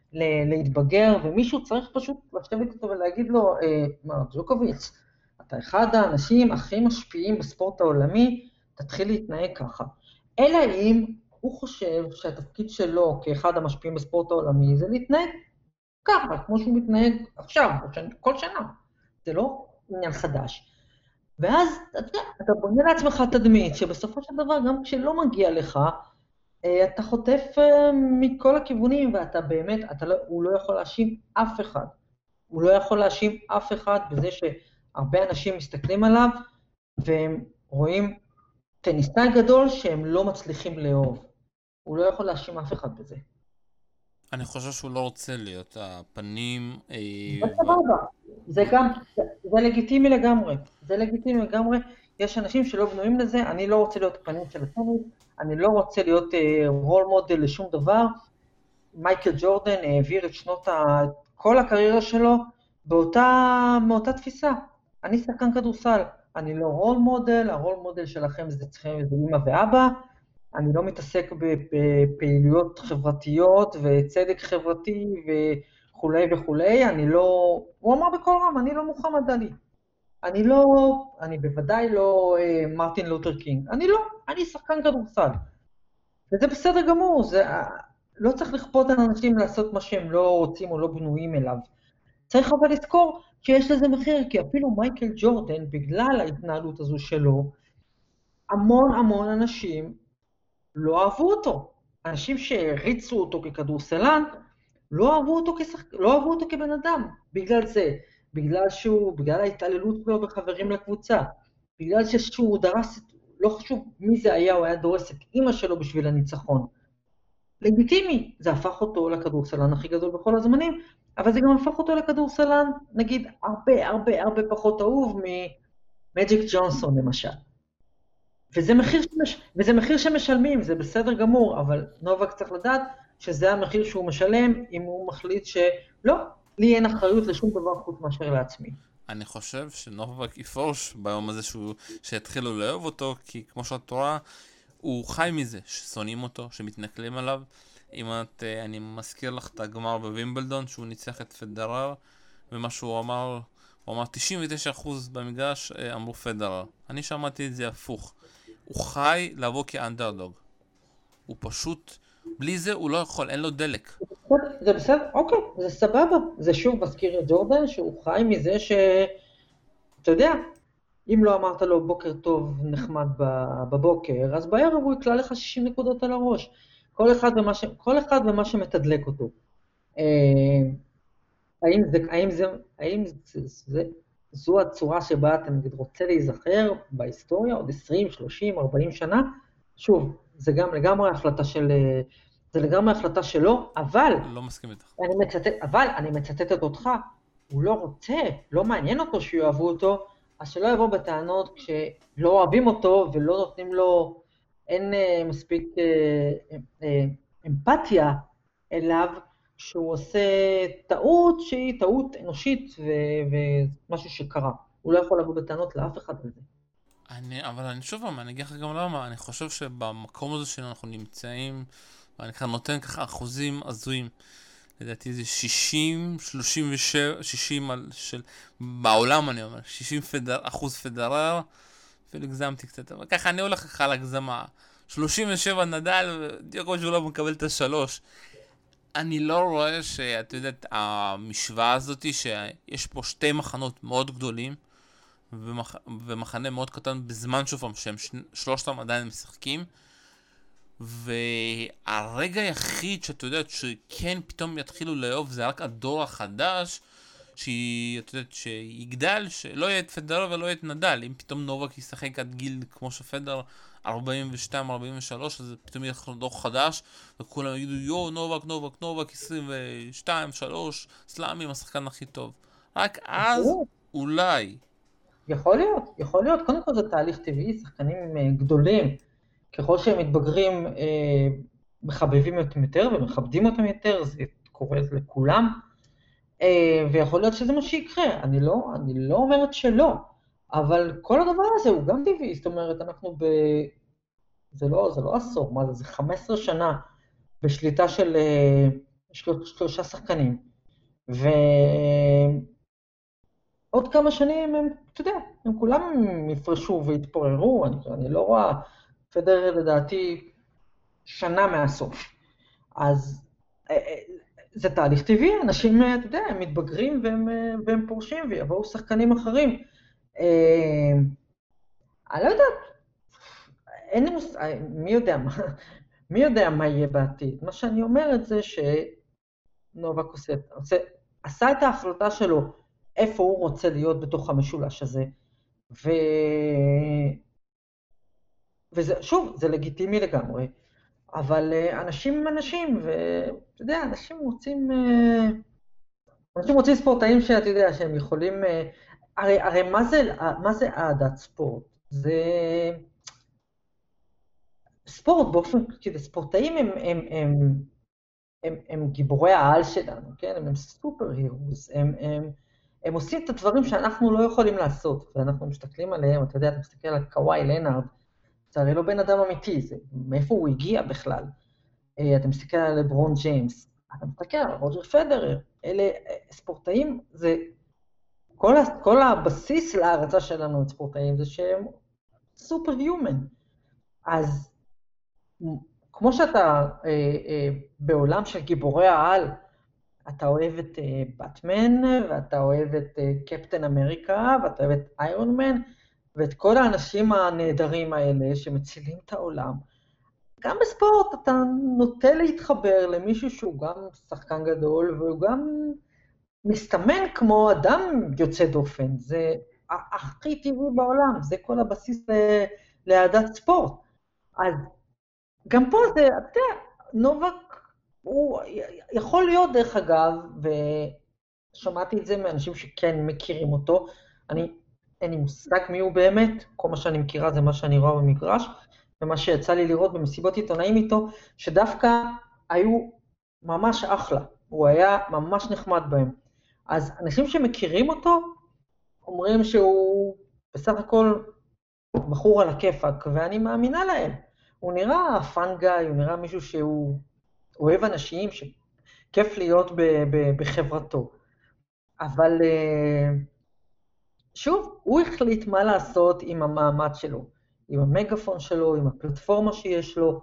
להתבגר, ומישהו צריך פשוט לשבת איתו ולהגיד לו, מר ג'וקוביץ', אתה אחד האנשים הכי משפיעים בספורט העולמי, תתחיל להתנהג ככה. אלא אם הוא חושב שהתפקיד שלו כאחד המשפיעים בספורט העולמי, זה להתנהג ככה, כמו שהוא מתנהג עכשיו, כל שנה. זה לא עניין חדש. ואז אתה, אתה בונה לעצמך תדמית, שבסופו של דבר, גם כשלא מגיע לך, אתה חוטף מכל הכיוונים, ואתה באמת, אתה לא, הוא לא יכול להאשים אף אחד. הוא לא יכול להאשים אף אחד בזה שהרבה אנשים מסתכלים עליו, והם רואים טניסאי גדול שהם לא מצליחים לאהוב. הוא לא יכול להאשים אף אחד בזה. אני חושב שהוא לא רוצה להיות הפנים... זה סבבה. זה גם, זה לגיטימי לגמרי. זה לגיטימי לגמרי. יש אנשים שלא בנויים לזה, אני לא רוצה להיות פנים של הטניס, אני לא רוצה להיות רול מודל לשום דבר. מייקל ג'ורדן העביר את שנות ה... כל הקריירה שלו באותה, מאותה תפיסה. אני שחקן כדורסל, אני לא רול מודל, הרול מודל שלכם זה צריכים את אמא ואבא, אני לא מתעסק בפעילויות חברתיות וצדק חברתי וכולי וכולי, אני לא, הוא אמר בכל רם, אני לא מוחמד עלי, אני לא, אני בוודאי לא מרטין לותר קינג, אני לא, אני שחקן כדורסל. וזה בסדר גמור, זה, לא צריך לכפות על אנשים לעשות מה שהם לא רוצים או לא בנויים אליו. צריך אבל לזכור שיש לזה מחיר, כי אפילו מייקל ג'ורדן, בגלל ההתנהלות הזו שלו, המון המון אנשים לא אהבו אותו. אנשים שהריצו אותו ככדורסלן, לא אהבו אותו, כשח... לא אהבו אותו כבן אדם. בגלל זה, בגלל שהוא, בגלל ההתעללות שלו בחברים לקבוצה, בגלל שהוא דרס, לא חשוב מי זה היה, הוא היה דורס את אמא שלו בשביל הניצחון. לגיטימי, זה הפך אותו לכדורסלן הכי גדול בכל הזמנים, אבל זה גם הפך אותו לכדורסלן, נגיד, הרבה הרבה הרבה פחות אהוב ממג'יק ג'ונסון למשל. וזה מחיר, שמש... וזה מחיר שמשלמים, זה בסדר גמור, אבל נובק צריך לדעת שזה המחיר שהוא משלם, אם הוא מחליט שלא, לי אין אחריות לשום דבר חוץ מאשר לעצמי. אני חושב שנובק יפורש ביום הזה שהוא, שהתחילו לאהוב אותו, כי כמו שאת רואה, הוא חי מזה, ששונאים אותו, שמתנכלים עליו. אם את, אני מזכיר לך את הגמר בווימבלדון, שהוא ניצח את פדרר, ומה שהוא אמר, הוא אמר תשעים ותשעה אחוז במגרש אמרו פדרר. אני שמעתי את זה הפוך. הוא חי לבוא כאנדרדוג. הוא פשוט, בלי זה הוא לא יכול, אין לו דלק. זה בסדר, אוקיי, זה סבבה. זה שוב מזכיר את ג'ורדן, שהוא חי מזה ש... אתה יודע, אם לא אמרת לו בוקר טוב נחמד בבוקר, אז בערב הוא יקלה לך שישים נקודות על הראש. כל אחד ומה, ש... כל אחד ומה שמתדלק אותו. האם זה, האם זה, האם זה, זה, זו הצורה שבה אתה נגיד רוצה להיזכר בהיסטוריה, עוד עשרים, שלושים, ארבעים שנה? שוב, זה גם לגמרי החלטה של, זה לגמרי החלטה שלו, אבל... לא מסכים איתך. אני מצטט, אבל אני מצטטת אותך, הוא לא רוצה, לא מעניין אותו שיאהבו אותו, אז שלא יבוא בטענות כשלא אוהבים אותו ולא נותנים לו, אין אה, מספיק אה, אה, אמפתיה אליו, שהוא עושה טעות שהיא טעות אנושית ו- ומשהו שקרה. הוא לא יכול לבוא בטענות לאף אחד על זה. אני, אבל אני שוב פעם, אני אגיד לך גם למה, אני חושב שבמקום הזה שאנחנו נמצאים, ואני ככה נותן ככה אחוזים הזויים, לדעתי זה שישים, שלושים ושבע, שישים על, של, בעולם אני אומר, שישים פדר, אחוז פדרר, אפילו הגזמתי קצת, אבל ככה אני הולך לך על הגזמה, שלושים ושבע נדל, דיוקו שהוא לא מקבל את השלוש. אני לא רואה שאת יודעת, המשוואה הזאת, שיש פה שתי מחנות מאוד גדולים, ומח... ומחנה מאוד קטן בזמן שוב פעם שהם ש... שלושתם עדיין משחקים, והרגע היחיד שאת יודעת שכן פתאום יתחילו לאהוב זה רק הדור החדש, שאת יודעת שיגדל, שלא יהיה את פדרר ולא יהיה את נדל. אם פתאום נובק ישחק עד גיל כמו שפדרר ארבעים ושתיים ארבעים ושלוש, אז פתאום יהיה דור חדש וכולם יגידו יו נובק נובק נובק עשרים ושתיים שלוש סלאמים השחקן הכי טוב. רק אז ברור. אולי. יכול להיות, יכול להיות. קודם כל זה תהליך טבעי, שחקנים אה, גדולים, ככל שהם מתבגרים, אה, מחבבים אותם יותר ומכבדים אותם יותר, זה קורה לכולם, אה, ויכול להיות שזה מה שיקרה. אני לא, אני לא אומרת שלא, אבל כל הדבר הזה הוא גם טבעי, זאת אומרת, אנחנו ב... זה לא, זה לא עשור, מה זה, זה חמש עשרה שנה בשליטה של אה, של, שלושה שחקנים, ו... עוד כמה שנים הם, אתה יודע, הם כולם יפרשו ויתפוררו, אני, אני לא רואה, פדרר לדעתי שנה מהסוף. אז אה, אה, זה תהליך טבעי, אנשים, אה, אתה יודע, הם מתבגרים והם, אה, והם פורשים ויבואו שחקנים אחרים. אה, אני לא יודעת, אין לי מוס... אה, מי יודע מה, מי יודע מה יהיה בעתיד. מה שאני אומרת זה שנובק עושה, עושה, עשה את ההחלטה שלו איפה הוא רוצה להיות בתוך המשולש הזה, ו... וזה, שוב, זה לגיטימי לגמרי, אבל אה, אנשים הם אנשים, ואתה יודע, אנשים רוצים, אה, אנשים רוצים ספורטאים שאתה יודע, שהם יכולים, אה, הרי, הרי מה זה, מה זה אהדת ספורט? זה ספורט באופן, כאילו, ספורטאים הם, הם, הם, הם, הם גיבורי העל שלנו, כן? הם, הם סופר הירוס, הם, הם, הם עושים את הדברים שאנחנו לא יכולים לעשות, ואנחנו מסתכלים עליהם, אתה יודע, אתה מסתכל על קוואי לנארד, זה הרי לא בן אדם אמיתי, זה מאיפה הוא הגיע בכלל. אה, אתה מסתכל על לברון ג'יימס, אתה מסתכל על רוג'ר פדרר, אלה אה, ספורטאים, זה כל, ה- כל הבסיס להערצה שלנו את ספורטאים, זה שהם סופר היומן. אז מ- כמו שאתה אה, אה, בעולם של גיבורי העל, אתה אוהב את אה, באטמן, ואתה אוהב את אה, קפטן אמריקה, ואתה אוהב את איירון מן, ואת כל האנשים הנהדרים האלה שמצילים את העולם. גם בספורט אתה נוטה להתחבר למישהו שהוא גם שחקן גדול, והוא גם מסתמן כמו אדם יוצא דופן. זה ה- הכי טבעי בעולם, זה כל הבסיס ל- לאהדת ספורט. אז גם פה זה, אתה יודע, נובק, הוא יכול להיות דרך אגב, ושמעתי את זה מאנשים שכן מכירים אותו, אני, אין לי מושג מי הוא באמת, כל מה שאני מכירה זה מה שאני רואה במגרש, ומה שיצא לי לראות במסיבות עיתונאים איתו, שדווקא היו ממש אחלה, הוא היה ממש נחמד בהם. אז אנשים שמכירים אותו, אומרים שהוא בסך הכל בחור על הכיפק, ואני מאמינה להם. הוא נראה פאן גאי, הוא נראה מישהו שהוא אוהב אנשים, שכיף להיות ב- ב- בחברתו. אבל אה, שוב, הוא החליט מה לעשות עם המעמד שלו, עם המגפון שלו, עם הפלטפורמה שיש לו,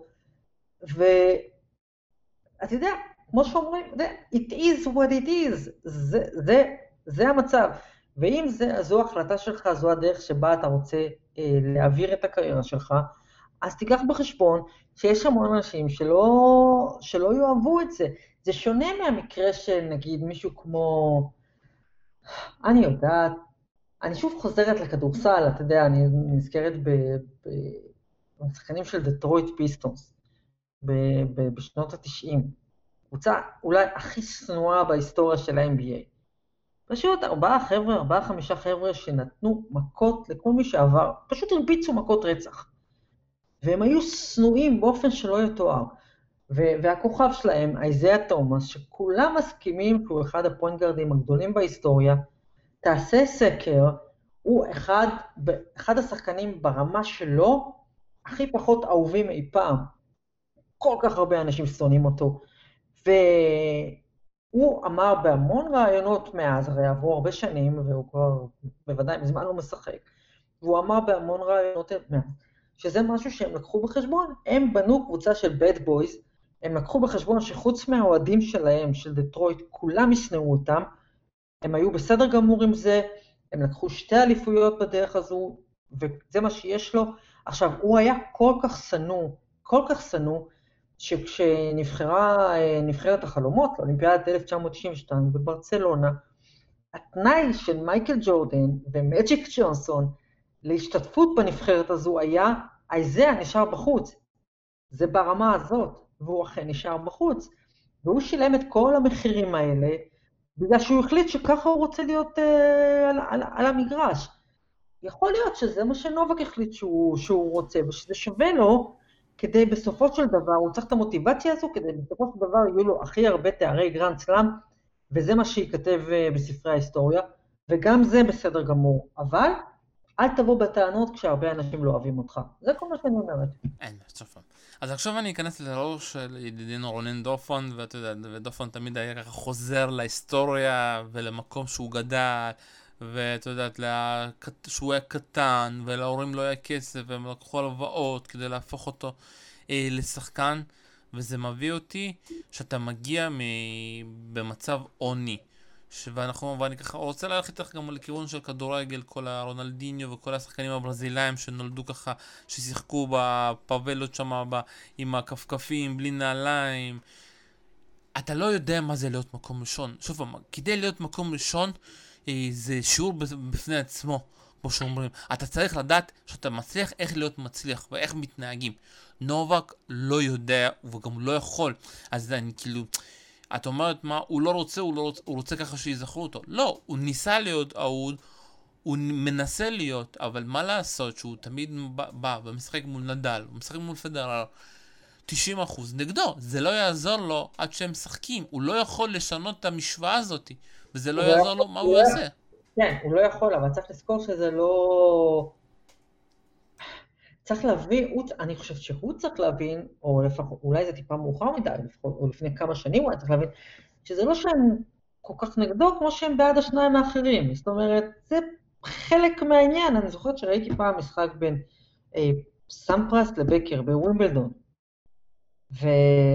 ואתה יודע, כמו שאומרים, it is what it is, זה, זה, זה המצב. ואם זה, זו ההחלטה שלך, זו הדרך שבה אתה רוצה אה, להעביר את הקריירה שלך, אז תיקח בחשבון שיש המון אנשים שלא, שלא יאהבו את זה. זה שונה מהמקרה של נגיד מישהו כמו, אני יודעת, אני שוב חוזרת לכדורסל, אתה יודע, אני נזכרת בשחקנים של דטרויט פיסטונס ב- ב- בשנות ה-תשעים. קבוצה אולי הכי שנואה בהיסטוריה של ה-אן בי איי. פשוט ארבעה חבר'ה, ארבעה חמישה חבר'ה שנתנו מכות לכל מי שעבר, פשוט הרביצו מכות רצח. והם היו שנואים באופן שלא יתואר. ו- והכוכב שלהם, איזיה תומאס, שכולם מסכימים שהוא אחד הפוינט גארדים הגדולים בהיסטוריה, תעשה סקר, הוא אחד, אחד השחקנים ברמה שלו, הכי פחות אהובים אי פעם. כל כך הרבה אנשים שונאים אותו. והוא אמר בהמון רעיונות מאז, הרי עברו הרבה שנים, והוא כבר בוודאי מזמן לא משחק, והוא אמר בהמון רעיונות מאז, שזה משהו שהם לקחו בחשבון. הם בנו קבוצה של bad boys, הם לקחו בחשבון שחוץ מהאוהדים שלהם, של דטרויט, כולם ישנאו אותם, הם היו בסדר גמור עם זה, הם לקחו שתי אליפויות בדרך הזו, וזה מה שיש לו. עכשיו, הוא היה כל כך שנוא, כל כך שנוא, שכשנבחרה נבחרת החלומות, לאולימפיאדת אלף תשע מאות תשעים ושתיים בברצלונה, התנאי של מייקל ג'ורדן ומג'יק ג'ונסון להשתתפות בנבחרת הזו היה, איזיה נשאר בחוץ. זה ברמה הזאת, והוא אכן נשאר בחוץ. והוא שילם את כל המחירים האלה, בגלל שהוא החליט שככה הוא רוצה להיות אה, על, על, על המגרש. יכול להיות שזה מה שנובק החליט שהוא, שהוא רוצה, ושזה שווה לו, כדי בסופו של דבר, הוא צריך את המוטיבציה הזו, כדי בסופו של דבר יהיו לו הכי הרבה תארי גרנד סלאם, וזה מה שייכתב בספרי ההיסטוריה, וגם זה בסדר גמור. אבל אל תבוא בטענות כשהרבה אנשים לא אוהבים אותך. זה כל מה שאני אומרת. אין, סוף. אז עכשיו אני אכנס לראש של ידידינו רונן דופון, ואתה יודע, ודופון תמיד היה ככה חוזר להיסטוריה ולמקום שהוא גדל, ואתה יודעת, שהוא היה קטן, ולהורים לא היה כסף, והם לקחו הלוואות כדי להפוך אותו אה, לשחקן, וזה מביא אותי שאתה מגיע מ- במצב עוני. ש- ואנחנו, ואני ככה רוצה ללכת איתך גם לכיוון של כדורגל, כל הרונלדיניו וכל השחקנים הברזילאים שנולדו ככה, ששיחקו בפאבלות שם ב- עם הכפכפים, בלי נעליים. אתה לא יודע מה זה להיות מקום ראשון. שוב פעם, כדי להיות מקום ראשון, אה, זה שיעור בפני עצמו, כמו שאומרים. אתה צריך לדעת שאתה מצליח איך להיות מצליח ואיך מתנהגים. נובק לא יודע וגם לא יכול. אז אני כאילו, את אומרת מה, הוא לא רוצה, הוא, לא רוצה, הוא רוצה ככה שיזכרו אותו. לא, הוא ניסה להיות אהוד, הוא מנסה להיות, אבל מה לעשות שהוא תמיד בא, בא ומשחק מול נדל, הוא משחק מול פדרר, תשעים אחוז נגדו, זה לא יעזור לו עד שהם משחקים, הוא לא יכול לשנות את המשוואה הזאת, וזה לא יעזור לו מה הוא יעשה. כן, הוא לא יכול, אבל צריך לזכור שזה לא... צריך להבין, אני חושבת שהוא צריך להבין, או לפחות, אולי זה טיפה מאוחר מדי, או לפני כמה שנים הוא היה צריך להבין, שזה לא שהם כל כך נגדו כמו שהם בעד השניים האחרים. זאת אומרת, זה חלק מהעניין. אני זוכרת שראיתי פעם משחק בין אה, סמפרס לבקר בווימבלדון, ו...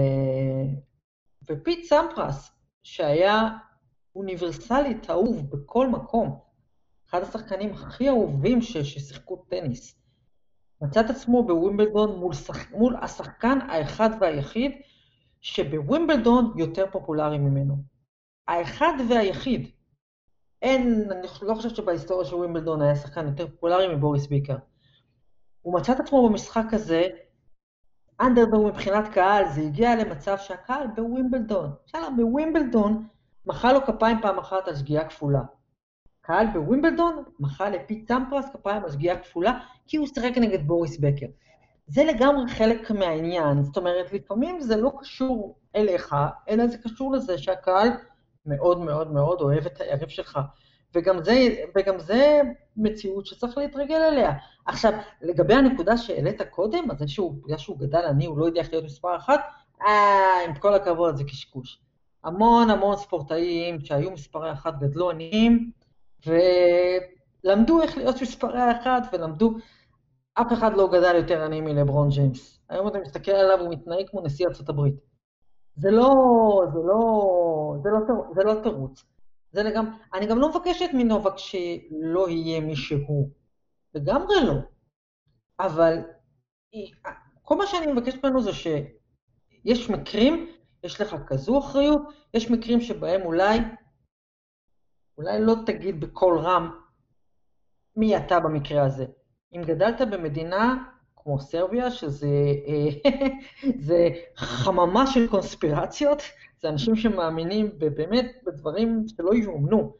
ופיט סמפרס, שהיה אוניברסלית אהוב בכל מקום, אחד השחקנים הכי אהובים ש... ששיחקו טניס, מצא את עצמו בווימבלדון מול, שח... מול השחקן האחד והיחיד, שבווימבלדון יותר פופולרי ממנו. האחד והיחיד. אין, אני לא חושבת שבהיסטוריה של ווימבלדון היה שחקן יותר פופולרי מבוריס ביקר. הוא מצא את עצמו במשחק הזה, אנדרדוג מבחינת קהל, זה הגיע למצב שהקהל בווימבלדון, שאלה, בווימבלדון מחא לו כפיים פעם אחת על שגיאה כפולה. קהל בווימבלדון מחא לפיט סמפרס כפיים על שגיאה כפולה, כי הוא שחק נגד בוריס בקר. זה לגמרי חלק מהעניין, זאת אומרת, לפעמים זה לא קשור אליך, אלא זה קשור לזה שהקהל מאוד מאוד מאוד אוהב את היריב שלך, וגם זה, וגם זה מציאות שצריך להתרגל אליה. עכשיו, לגבי הנקודה שהעלית קודם, אז זה שהוא, שהוא גדל עני, הוא לא יודע איך להיות מספר אחת, אה, עם כל הכבוד, זה קשקוש. המון המון ספורטאים שהיו מספרי אחת גדלו עניים, ולמדו איך להיות מספרי אחת, ולמדו, אף אחד לא גדל יותר עני מלברון ג'יימס. היום אתה מסתכל עליו, הוא מתנהג כמו נשיא ארצות הברית. זה לא, זה לא, זה לא, זה לא תירוץ. זה לגמרי, אני גם לא מבקשת מנובק שלא יהיה מי שהוא. לגמרי לא. אבל כל מה שאני מבקשת ממנו זה שיש מקרים, יש לך כזו אחריות, יש מקרים שבהם אולי, אולי לא תגיד בקול רם מי אתה במקרה הזה. אם גדלת במדינה כמו סרביה, שזה זה חממה של קונספירציות, זה אנשים שמאמינים באמת בדברים שלא יאומנו,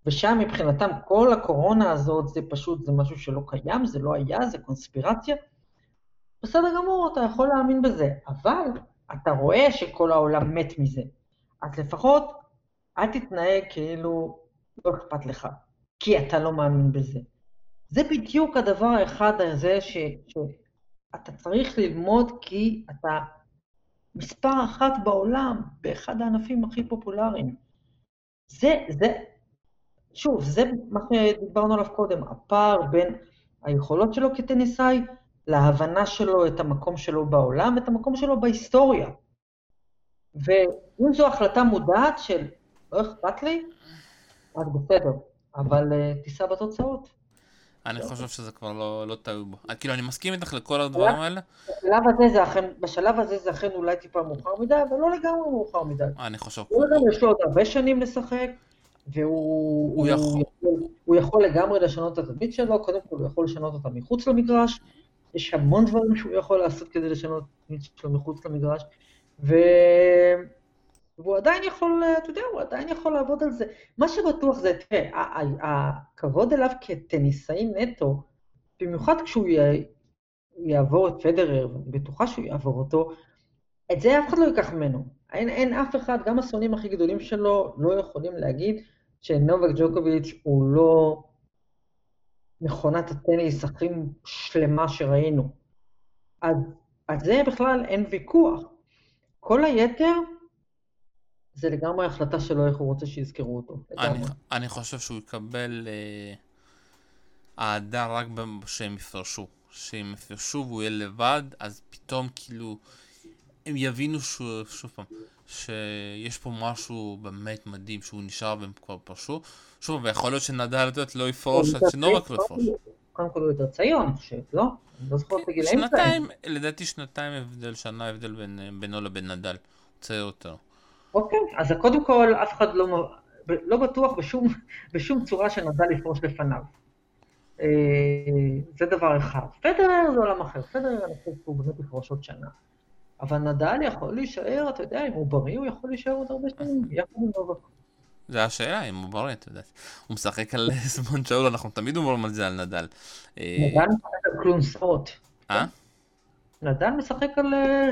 ושם מבחינתם כל הקורונה הזאת זה פשוט, זה משהו שלא קיים, זה לא היה, זה קונספירציה. בסדר גמור, אתה יכול להאמין בזה, אבל אתה רואה שכל העולם מת מזה. אז לפחות אל תתנהג כאילו לא אכפת לך, כי אתה לא מאמין בזה. זה בדיוק הדבר האחד הזה ש, שאתה צריך ללמוד כי אתה מספר אחת בעולם, באחד הענפים הכי פופולריים. זה, זה, שוב, זה מה שדיברנו עליו קודם, הפער בין היכולות שלו כטניסאי, להבנה שלו את המקום שלו בעולם, ואת המקום שלו בהיסטוריה. ואם זו החלטה מודעת של לא אכפת לי, אז בסדר, אבל uh, תיסע בתוצאות. אני חושב שזה כבר לא, לא טעו בו. כאילו, אני מסכים איתך לכל הדברים האלה. בשלב הזה זה אכן, בשלב הזה זה אכן אולי טיפה מאוחר מדי, אבל לא לגמרי מאוחר מדי. אני חושב... הוא לגמרי, יש לו עוד הרבה שנים לשחק, והוא הוא הוא יכול... יכול, הוא יכול לגמרי לשנות את התדמית שלו, קודם כל הוא יכול לשנות אותה מחוץ למגרש, יש המון דברים שהוא יכול לעשות כדי לשנות את התדמית שלו מחוץ למגרש, ו... והוא עדיין יכול, אתה יודע, הוא עדיין יכול לעבוד על זה. מה שבטוח זה, תראה, הכבוד אליו כטניסאי נטו, במיוחד כשהוא יעבור את פדרר, ואני בטוחה שהוא יעבור אותו, את זה אף אחד לא ייקח ממנו. אין, אין אף אחד, גם השונאים הכי גדולים שלו, לא יכולים להגיד שנובק ג'וקוביץ' הוא לא מכונת הטניס הכי שלמה שראינו. אז, אז זה בכלל אין ויכוח. כל היתר, זה לגמרי החלטה שלו איך הוא רוצה שיזכרו אותו. אני, אני חושב שהוא יקבל אהדה רק שהם יפרשו. שהם יפרשו והוא יהיה לבד, אז פתאום כאילו הם יבינו שוב, שוב פעם, שיש פה משהו באמת מדהים, שהוא נשאר והם כבר פרשו. שוב, ויכול להיות שנדל לא יפרוש, עד שנובק לא יפרוש. קודם כל הוא יותר ציון, אני חושב, לא? אני לא זוכר בגילאים כאלה. שנתיים, לדעתי שנתיים הבדל, שנה הבדל בינו לבין נדל. צעיר יותר. אוקיי, אז קודם כל אף אחד לא, לא בטוח בשום, בשום צורה שנדל יפרוש לפניו. זה דבר אחד. פדרר זה עולם אחר. פדרר אני חושב שהוא באמת יפרוש עוד שנה. אבל נדל יכול להישאר, אתה יודע, אם הוא בריא, הוא יכול להישאר עוד הרבה שנים, יחד עם נובק. זה השאלה, אם הוא בריא, אתה יודע. הוא משחק על זמן שאול, אנחנו תמיד אומרים על זה, על נדל. נדל משחק על כלונסות. אה? נדל משחק על...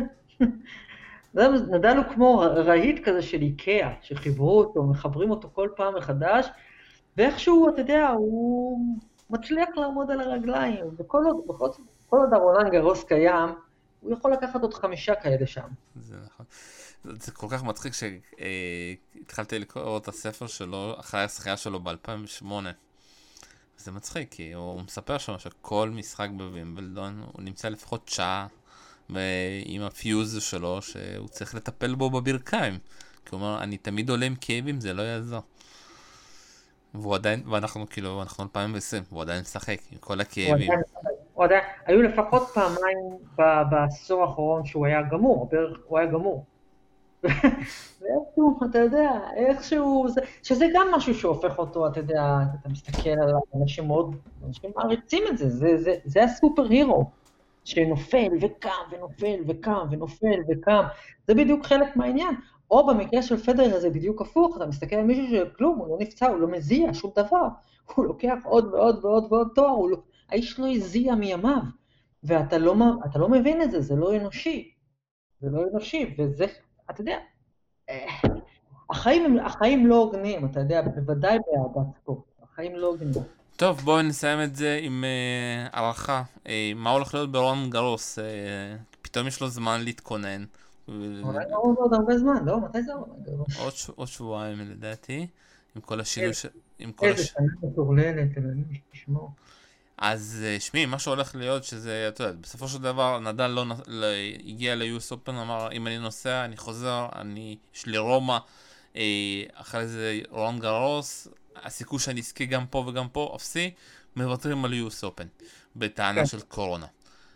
נדל הוא כמו רהיט כזה של איקאה, שחיברו אותו, מחברים אותו כל פעם מחדש, ואיכשהו, אתה יודע, הוא מצליח לעמוד על הרגליים, וכל עוד, בכל, כל עוד הרולנד גרוס קיים, הוא יכול לקחת עוד חמישה כאלה שם. זה נכון. זה כל כך מצחיק שהתחלתי לקרוא את הספר שלו, אחרי השחייה שלו ב-אלפיים ושמונה. זה מצחיק, כי הוא מספר שם שכל משחק בווימבלדון, הוא נמצא לפחות שעה, עם הפיוז שלו, שהוא צריך לטפל בו בברכיים. כלומר, אני תמיד עולה עם כאבים, זה לא יעזור. והוא עדיין, ואנחנו כאילו, אנחנו אלפיים ועשרים, והוא עדיין משחק עם כל הכאבים. הוא עדיין, היו לפחות פעמיים בעשור האחרון שהוא היה גמור, הוא היה גמור. ואיכשהו, אתה יודע, איכשהו, שזה גם משהו שהופך אותו, אתה יודע, אתה מסתכל על אנשים מאוד, אנשים מעריצים את זה, זה, זה, זה הסופר הירו. שנופל וקם ונופל וקם ונופל וקם, זה בדיוק חלק מהעניין. או במקרה של פדרר זה בדיוק הפוך, אתה מסתכל על מישהו שכלום, הוא לא נפצע, הוא לא מזיע, שום דבר, הוא לוקח עוד ועוד ועוד ועוד תואר, לא, האיש לא הזיע מימיו, ואתה לא, אתה לא מבין את זה, זה לא אנושי, זה לא אנושי, וזה, אתה יודע, החיים, החיים לא הוגנים, אתה יודע, בוודאי באהבת ספורט, החיים לא הוגנים. טוב, בואו נסיים את זה עם uh, הערכה. Uh, מה הולך להיות ברולנד גרוס? Uh, פתאום יש לו זמן להתכונן. אולי לא עוד הרבה זמן, לא? מתי זה רולנד גרוס? עוד, ש... עוד שבועיים לדעתי, עם כל השינוי ש... איזה שנה מטורללת, אני אשמור. אז שמי, מה שהולך להיות שזה, אתה יודע, בסופו של דבר נדל לא, לא הגיע ל-יו אס Open, אמר, אם אני נוסע, אני חוזר, אני, יש לי רומא, uh, אחרי זה רולנד גרוס, הסיכוי שאני אזכה גם פה וגם פה, אפסי, מוותרים על יו אס Open, בטענה של קורונה.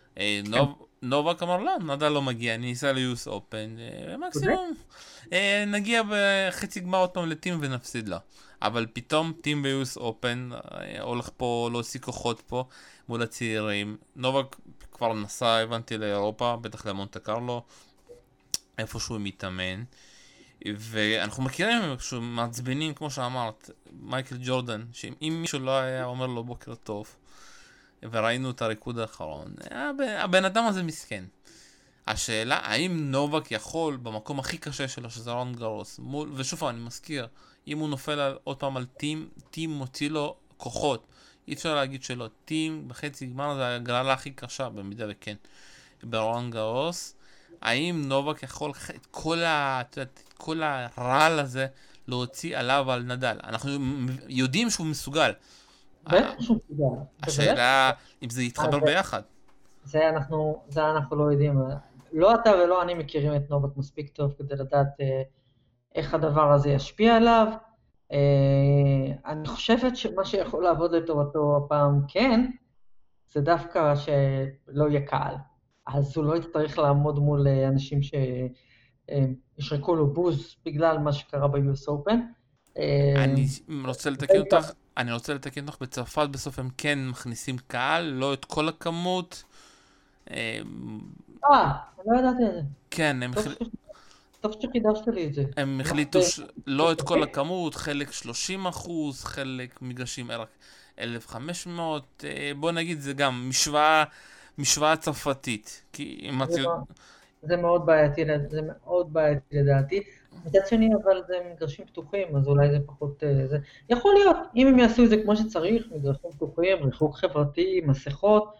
נובק אמר, לא, נדל לא מגיע, אני אסע ל-יו אס Open, מקסימום, נגיע בחצי גמר עוד פעם לטים ונפסיד לה. אבל פתאום טים ב-יו אס Open, הולך פה להוציא כוחות פה מול הצעירים. נובק כבר נסע, הבנתי לאירופה, בטח למונטה קרלו, איפה שהוא מתאמן. ואנחנו מכירים מעצבנים, כמו שאמרת, מייקל ג'ורדן, שאם מישהו לא היה אומר לו בוקר טוב, וראינו את הריקוד האחרון, הבן אדם הזה מסכן. השאלה, האם נובק יכול במקום הכי קשה שלו, שזה רון גרוס, מול, ושוב אני מזכיר, אם הוא נופל על, עוד פעם על טים, טים מוציא לו כוחות. אי אפשר להגיד שלא. טים בחצי גמר זה הגרלה הכי קשה, במידה וכן. ברון גרוס, האם נובק יכול את כל, ה, את כל הרעל הזה להוציא עליו על נדל? אנחנו יודעים שהוא מסוגל. בטח שהוא מסוגל. השאלה אם זה יתחבר ביחד. זה אנחנו, זה אנחנו לא יודעים. לא אתה ולא אני מכירים את נובק מספיק טוב כדי לדעת אה, איך הדבר הזה ישפיע עליו. אה, אני חושבת שמה שיכול לעבוד לטובתו הפעם כן, זה דווקא שלא יהיה קהל. אז הוא לא יצטרך לעמוד מול אנשים שישרקו לו בוז בגלל מה שקרה ב-יו אס Open. אני רוצה לתקן אותך, אני רוצה לתקן אותך, בצרפת בסוף הם כן מכניסים קהל, לא את כל הכמות. אה, אני לא ידעתי את זה. כן, הם החליטו... טוב שחידשת לי את זה. הם החליטו לא את כל הכמות, חלק שלושים אחוז, חלק מגרשים רק אלף וחמש מאות, בוא נגיד זה גם משוואה, משוואה צרפתית. זה מאוד בעייתי, זה מאוד בעייתי לדעתי. מצד שני, אבל זה מגרשים פתוחים, אז אולי זה פחות... זה... יכול להיות, אם הם יעשו את זה כמו שצריך, מגרשים פתוחים, ריחוק חברתי, מסכות,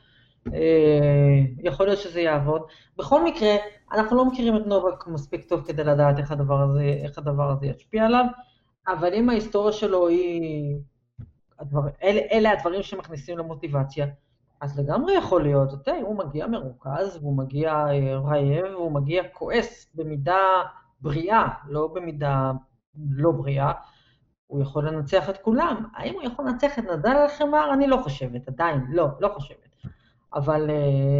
יכול להיות שזה יעבוד. בכל מקרה, אנחנו לא מכירים את נובק מספיק טוב כדי לדעת איך הדבר הזה, איך הדבר הזה ישפיע עליו, אבל אם ההיסטוריה שלו היא... הדבר, אלה, אלה הדברים שמכניסים למוטיבציה, אז לגמרי יכול להיות, אתה, הוא מגיע מרוכז, והוא מגיע רעב, והוא מגיע כועס במידה בריאה, לא במידה לא בריאה, הוא יכול לנצח את כולם. האם הוא יכול לנצח את נדל על חמר? אני לא חושבת, עדיין, לא, לא חושבת. אבל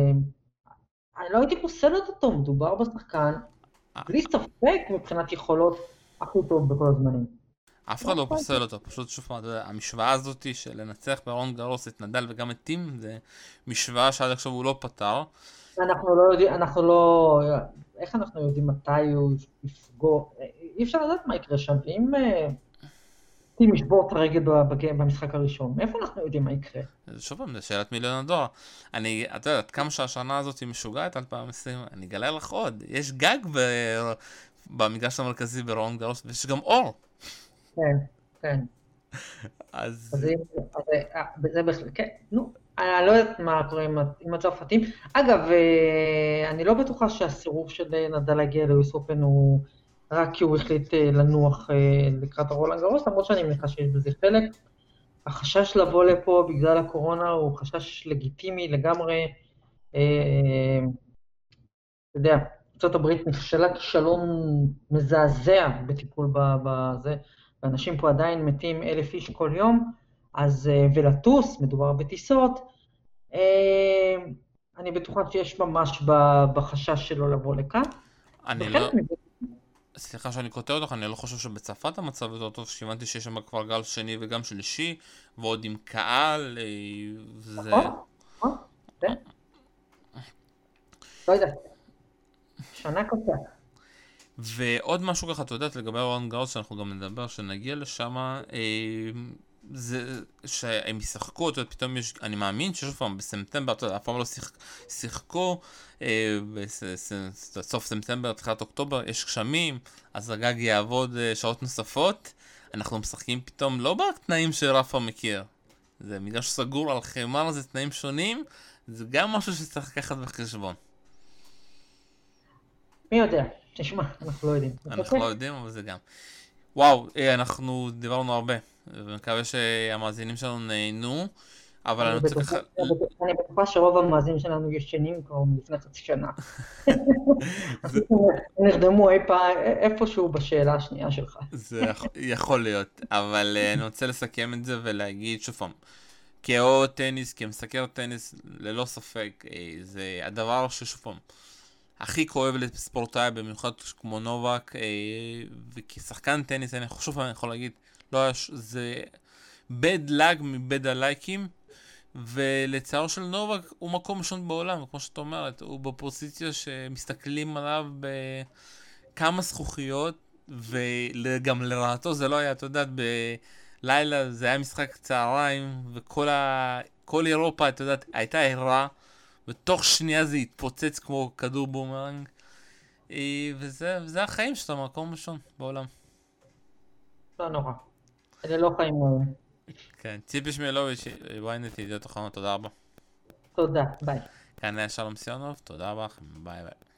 אני לא הייתי פוסלת אותו, מדובר בשחקן, בלי ספק מבחינת יכולות הכי טוב בכל הזמנים. אף אחד לא פוסל אותו, פשוט שוב פעם, המשוואה הזאת של לנצח ברון גרוס את נדל וגם את טים, זה משוואה שעד עכשיו הוא לא פתר. אנחנו לא יודעים, אנחנו לא, איך אנחנו יודעים מתי הוא יפגור, אי אפשר לדעת מה יקרה שם, ואם טים ישבור את הרגל במשחק הראשון, מאיפה אנחנו יודעים מה יקרה? שוב פעם, זה שאלת מיליון הדולר. אני, אתה יודעת, כמה שהשנה הזאת היא משוגעת, אלפיים עשרים, אני אגלה לך עוד, יש גג במגרש המרכזי ברון גרוס, ויש גם אור. כן, כן. אז... זה בהחלט, כן, נו, אני לא יודעת מה קורה עם הצרפתים. אגב, אני לא בטוחה שהסירוב של נדל להגיע ל-יו אס Open הוא רק כי הוא החליט לנוח לקראת הרולנד גרוס, למרות שאני מניחה שיש בזה חלק. החשש לבוא לפה בגלל הקורונה הוא חשש לגיטימי לגמרי. אתה יודע, ארצות הברית נכשלה כישלון מזעזע בטיפול בזה, ואנשים פה עדיין מתים אלף איש כל יום, אז ולטוס, מדובר בטיסות, אני בטוחה שיש ממש בחשש שלו לבוא לכאן. אני לא... סליחה שאני קוטע אותך, אני לא חושב שבצרפת המצב יותר טוב, שהבנתי שיש שם כבר גל שני וגם שלישי, ועוד עם קהל, זה... נכון, זה? לא יודע, שנה קוטע. ועוד משהו ככה, אתה יודעת, לגבי רולנד גרוס, שאנחנו גם נדבר, שנגיע לשם, זה שהם ישחקו, אתה יודע, פתאום יש, אני מאמין ששוב פעם, בספטמבר, אתה יודע, אף פעם לא שיחקו, בסוף ספטמבר, תחילת אוקטובר, יש גשמים, אז הגג יעבוד שעות נוספות, אנחנו משחקים פתאום לא בתנאים שרפה מכיר, זה מגרש סגור על חמר, זה תנאים שונים, זה גם משהו שצריך לקחת בחשבון. מי יודע? תשמע, אנחנו לא יודעים. אנחנו לא יודעים, אבל זה גם. וואו, אנחנו דיברנו הרבה, ומקווה שהמאזינים שלנו נהנו, אבל אני רוצה ככה... אני בטוחה שרוב המאזינים שלנו ישנים כבר לפני חצי שנה. נרדמו איפשהו בשאלה השנייה שלך. זה יכול להיות, אבל אני רוצה לסכם את זה ולהגיד שוב פעם, כאוהד טניס, כמסקר טניס, ללא ספק, זה הדבר ששוב פעם, הכי כואב לספורטאי, במיוחד כמו נובק, וכשחקן טניס, אני חושב, אני יכול להגיד, לא, זה בד לג מבד הלייקים, ולצער של נובק הוא מקום ראשון בעולם, כמו שאת אומרת, הוא בפוזיציה שמסתכלים עליו בכמה זכוכיות, וגם לרעתו זה לא היה, אתה יודעת, בלילה זה היה משחק צהריים, וכל ה... כל אירופה, אתה יודעת, הייתה ערה, ותוך שנייה זה התפוצץ כמו כדור בומרנג, וזה, וזה החיים שאתה מקום ראשון בעולם. לא נורא. אלה לא חיים רעים. כן, ציפי שמילוביץ', ynet ידיעות אחרונות, תודה רבה. תודה, ביי. כאן היה שלום סיונוב, תודה רבה לכם, ביי ביי.